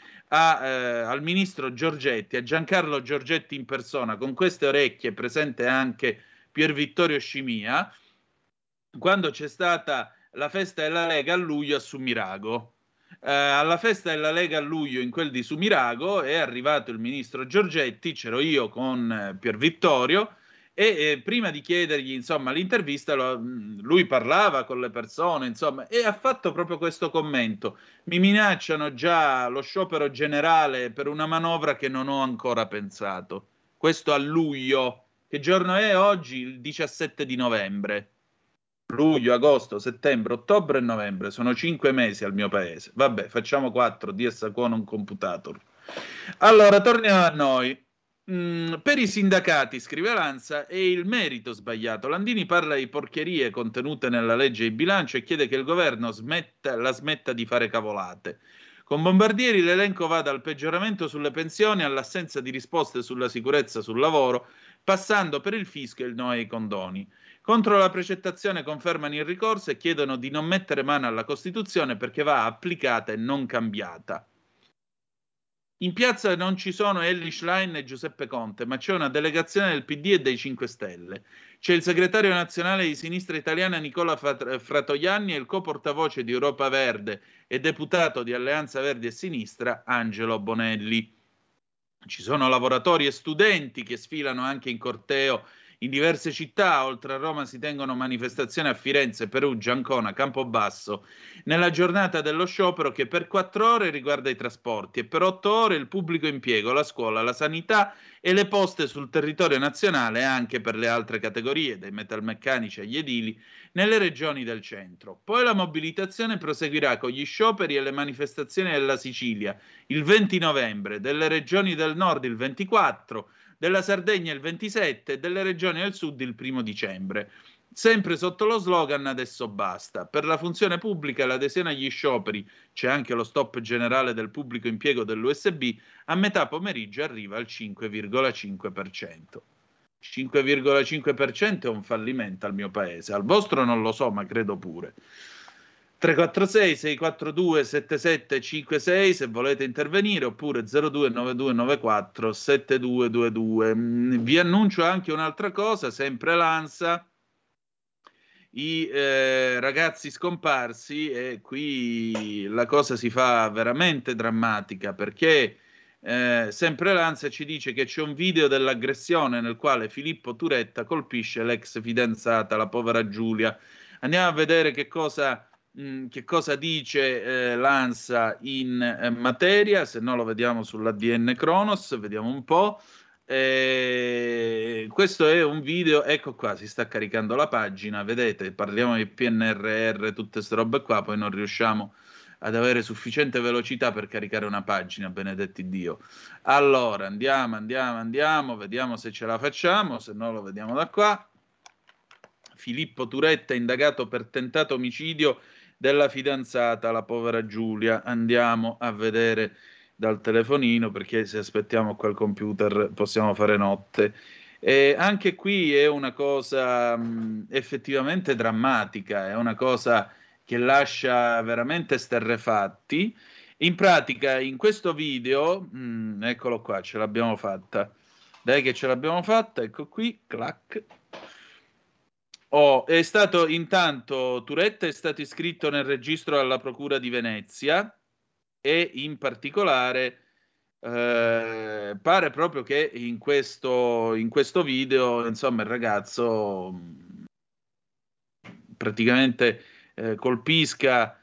al ministro Giorgetti, a Giancarlo Giorgetti in persona, con queste orecchie, presente anche Pier Vittorio Scimia, quando c'è stata la festa della Lega a luglio a Sumirago. Alla festa della Lega a luglio, in quel di Sumirago, è arrivato il ministro Giorgetti, c'ero io con Pier Vittorio, e prima di chiedergli insomma l'intervista lui parlava con le persone insomma, e ha fatto proprio questo commento: mi minacciano già lo sciopero generale per una manovra che non ho ancora pensato. Questo a luglio. Che giorno è oggi? Il 17 di novembre. Luglio, agosto, settembre, ottobre e novembre, sono 5 mesi al mio paese. Vabbè, facciamo 4, dies quo non computator. Allora, torniamo a noi. Per i sindacati, scrive l'ANSA, è il merito sbagliato. Landini parla di porcherie contenute nella legge di bilancio e chiede che il governo la smetta di fare cavolate. Con Bombardieri l'elenco va dal peggioramento sulle pensioni all'assenza di risposte sulla sicurezza sul lavoro, passando per il fisco e il no ai condoni. Contro la precettazione confermano il ricorso e chiedono di non mettere mano alla Costituzione perché va applicata e non cambiata. In piazza non ci sono Elly Schlein e Giuseppe Conte, ma c'è una delegazione del PD e dei 5 Stelle. C'è il segretario nazionale di Sinistra Italiana Nicola Fratoianni e il co-portavoce di Europa Verde e deputato di Alleanza Verdi e Sinistra Angelo Bonelli. Ci sono lavoratori e studenti che sfilano anche in corteo in diverse città. Oltre a Roma si tengono manifestazioni a Firenze, Perugia, Ancona, Campobasso, nella giornata dello sciopero che per 4 ore riguarda i trasporti e per 8 ore il pubblico impiego, la scuola, la sanità e le poste sul territorio nazionale, anche per le altre categorie, dai metalmeccanici agli edili, nelle regioni del centro. Poi la mobilitazione proseguirà con gli scioperi e le manifestazioni della Sicilia il 20 novembre, delle regioni del nord il 24, della Sardegna il 27 e delle regioni del sud il 1 dicembre. Sempre sotto lo slogan adesso basta. Per la funzione pubblica e l'adesione agli scioperi c'è anche lo stop generale del pubblico impiego dell'USB, a metà pomeriggio arriva al 5,5%. 5,5% è un fallimento al mio paese, al vostro non lo so, ma credo pure. 346 642 7756 se volete intervenire, oppure 029294 7222. Vi annuncio anche un'altra cosa, sempre l'ANSA, i ragazzi scomparsi, e qui la cosa si fa veramente drammatica, perché sempre l'ANSA ci dice che c'è un video dell'aggressione nel quale Filippo Turetta colpisce l'ex fidanzata, la povera Giulia. Andiamo a vedere che cosa dice l'ANSA in materia, se no lo vediamo sull'ADN Kronos, vediamo un po'. Questo è un video, ecco qua, si sta caricando la pagina, vedete, parliamo di PNRR, tutte queste robe qua, poi non riusciamo ad avere sufficiente velocità per caricare una pagina, benedetti Dio. Allora, andiamo, vediamo se ce la facciamo, se no lo vediamo da qua. Filippo Turetta indagato per tentato omicidio della fidanzata, la povera Giulia. Andiamo a vedere dal telefonino, perché se aspettiamo qua il computer possiamo fare notte. E anche qui è una cosa effettivamente drammatica, è una cosa che lascia veramente sterrefatti. In pratica, in questo video, eccolo qua, ce l'abbiamo fatta. Dai che ce l'abbiamo fatta, ecco qui, clac. È stato intanto, Turetta è stato iscritto nel registro alla Procura di Venezia, e in particolare pare proprio che in questo video, insomma, il ragazzo praticamente colpisca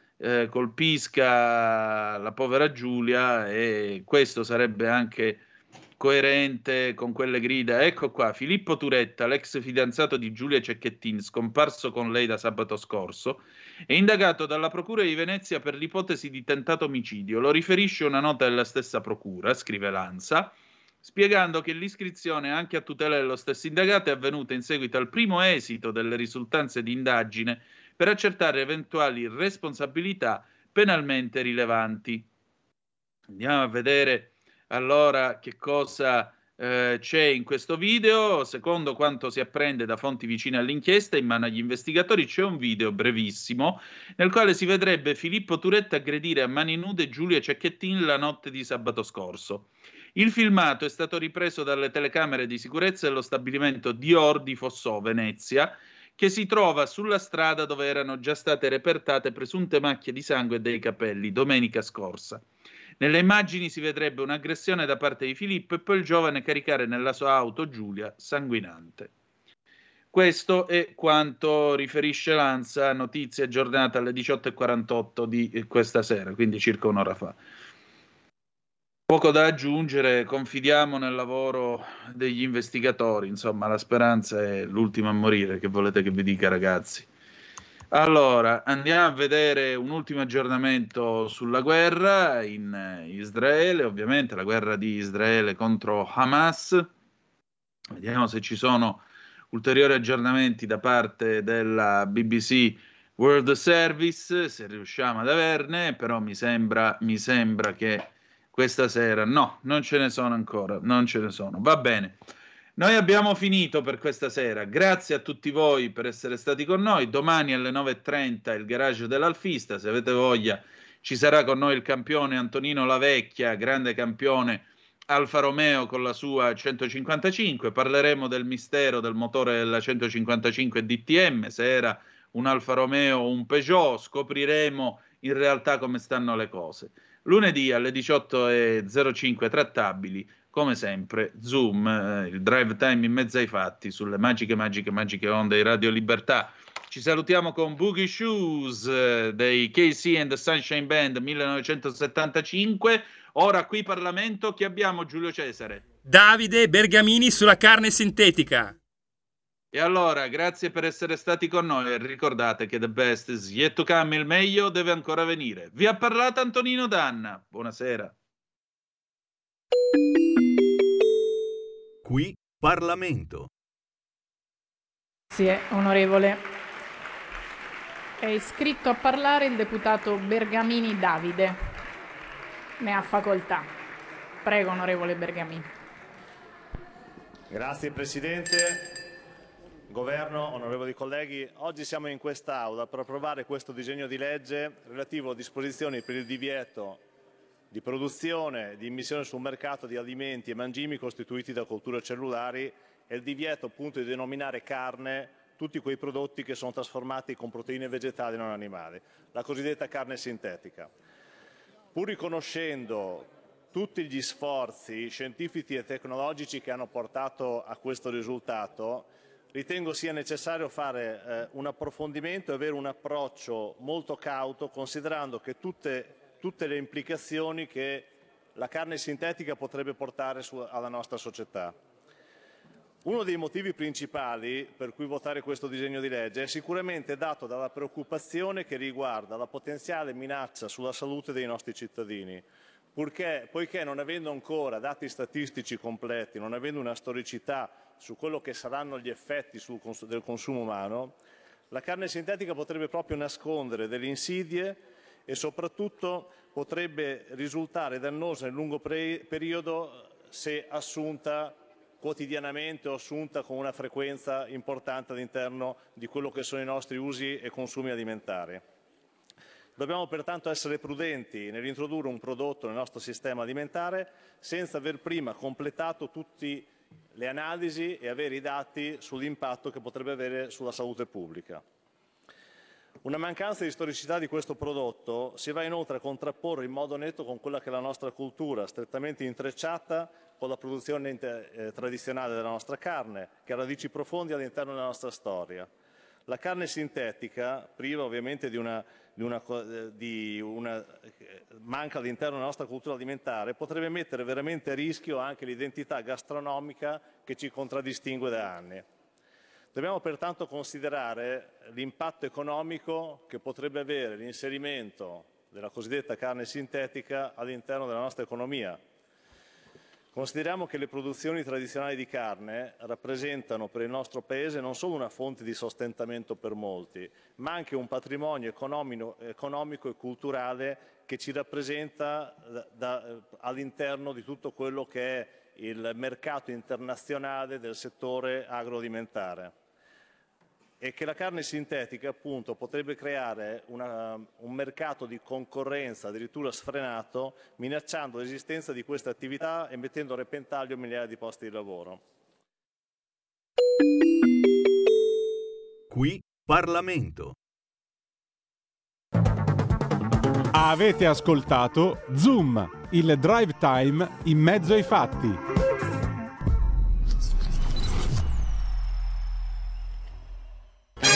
la povera Giulia, e questo sarebbe anche coerente con quelle grida. Ecco qua, Filippo Turetta, l'ex fidanzato di Giulia Cecchettin, scomparso con lei da sabato scorso, è indagato dalla Procura di Venezia per l'ipotesi di tentato omicidio. Lo riferisce una nota della stessa Procura, scrive l'ANSA, spiegando che l'iscrizione anche a tutela dello stesso indagato è avvenuta in seguito al primo esito delle risultanze di indagine per accertare eventuali responsabilità penalmente rilevanti. Andiamo a vedere allora che cosa c'è in questo video. Secondo quanto si apprende da fonti vicine all'inchiesta, in mano agli investigatori c'è un video brevissimo nel quale si vedrebbe Filippo Turetta aggredire a mani nude Giulia Cecchettin la notte di sabato scorso. Il filmato è stato ripreso dalle telecamere di sicurezza dello stabilimento Dior di Fossò, Venezia, che si trova sulla strada dove erano già state repertate presunte macchie di sangue e dei capelli domenica scorsa. Nelle immagini si vedrebbe un'aggressione da parte di Filippo e poi il giovane caricare nella sua auto Giulia sanguinante. Questo è quanto riferisce l'ANSA, notizia aggiornata alle 18:48 di questa sera, quindi circa un'ora fa. Poco da aggiungere, confidiamo nel lavoro degli investigatori, insomma la speranza è l'ultima a morire, che volete che vi dica, ragazzi. Allora, andiamo a vedere un ultimo aggiornamento sulla guerra in Israele, ovviamente la guerra di Israele contro Hamas. Vediamo se ci sono ulteriori aggiornamenti da parte della BBC World Service, se riusciamo ad averne, però mi sembra che questa sera no, non ce ne sono ancora, non ce ne sono. Va bene. Noi abbiamo finito per questa sera, grazie a tutti voi per essere stati con noi. Domani alle 9:30 il garage dell'Alfista, se avete voglia ci sarà con noi il campione Antonino Lavecchia, grande campione Alfa Romeo con la sua 155, parleremo del mistero del motore della 155 DTM, se era un Alfa Romeo o un Peugeot, scopriremo in realtà come stanno le cose. Lunedì alle 18:05 trattabili, come sempre, Zoom, il drive time in mezzo ai fatti, sulle magiche onde di Radio Libertà. Ci salutiamo con Boogie Shoes dei KC and the Sunshine Band 1975. Ora qui Parlamento, chi abbiamo, Giulio Cesare? Davide Bergamini sulla carne sintetica. E allora, grazie per essere stati con noi e ricordate che the best is yet to come, il meglio deve ancora venire. Vi ha parlato Antonino Danna. Buonasera. Qui Parlamento. Grazie, onorevole. È iscritto a parlare il deputato Bergamini Davide. Ne ha facoltà. Prego, onorevole Bergamini. Grazie Presidente. Governo, onorevoli colleghi, oggi siamo in quest'Aula per approvare questo disegno di legge relativo a disposizioni per il divieto di produzione, di immissione sul mercato di alimenti e mangimi costituiti da colture cellulari e il divieto appunto di denominare carne tutti quei prodotti che sono trasformati con proteine vegetali non animali, la cosiddetta carne sintetica. Pur riconoscendo tutti gli sforzi scientifici e tecnologici che hanno portato a questo risultato, ritengo sia necessario fare un approfondimento e avere un approccio molto cauto, considerando che tutte le implicazioni che la carne sintetica potrebbe portare alla nostra società. Uno dei motivi principali per cui votare questo disegno di legge è sicuramente dato dalla preoccupazione che riguarda la potenziale minaccia sulla salute dei nostri cittadini, poiché non avendo ancora dati statistici completi, non avendo una storicità su quello che saranno gli effetti del consumo umano, la carne sintetica potrebbe proprio nascondere delle insidie e soprattutto potrebbe risultare dannosa nel lungo periodo se assunta quotidianamente o assunta con una frequenza importante all'interno di quello che sono i nostri usi e consumi alimentari. Dobbiamo pertanto essere prudenti nell'introdurre un prodotto nel nostro sistema alimentare senza aver prima completato tutte le analisi e avere i dati sull'impatto che potrebbe avere sulla salute pubblica. Una mancanza di storicità di questo prodotto si va inoltre a contrapporre in modo netto con quella che è la nostra cultura, strettamente intrecciata con la produzione tradizionale della nostra carne, che ha radici profonde all'interno della nostra storia. La carne sintetica, priva ovviamente manca all'interno della nostra cultura alimentare, potrebbe mettere veramente a rischio anche l'identità gastronomica che ci contraddistingue da anni. Dobbiamo pertanto considerare l'impatto economico che potrebbe avere l'inserimento della cosiddetta carne sintetica all'interno della nostra economia. Consideriamo che le produzioni tradizionali di carne rappresentano per il nostro Paese non solo una fonte di sostentamento per molti, ma anche un patrimonio economico e culturale che ci rappresenta all'interno di tutto quello che è il mercato internazionale del settore agroalimentare. E che la carne sintetica appunto potrebbe creare un mercato di concorrenza addirittura sfrenato, minacciando l'esistenza di queste attività e mettendo a repentaglio migliaia di posti di lavoro. Qui Parlamento. Avete ascoltato Zoom, il drive time in mezzo ai fatti.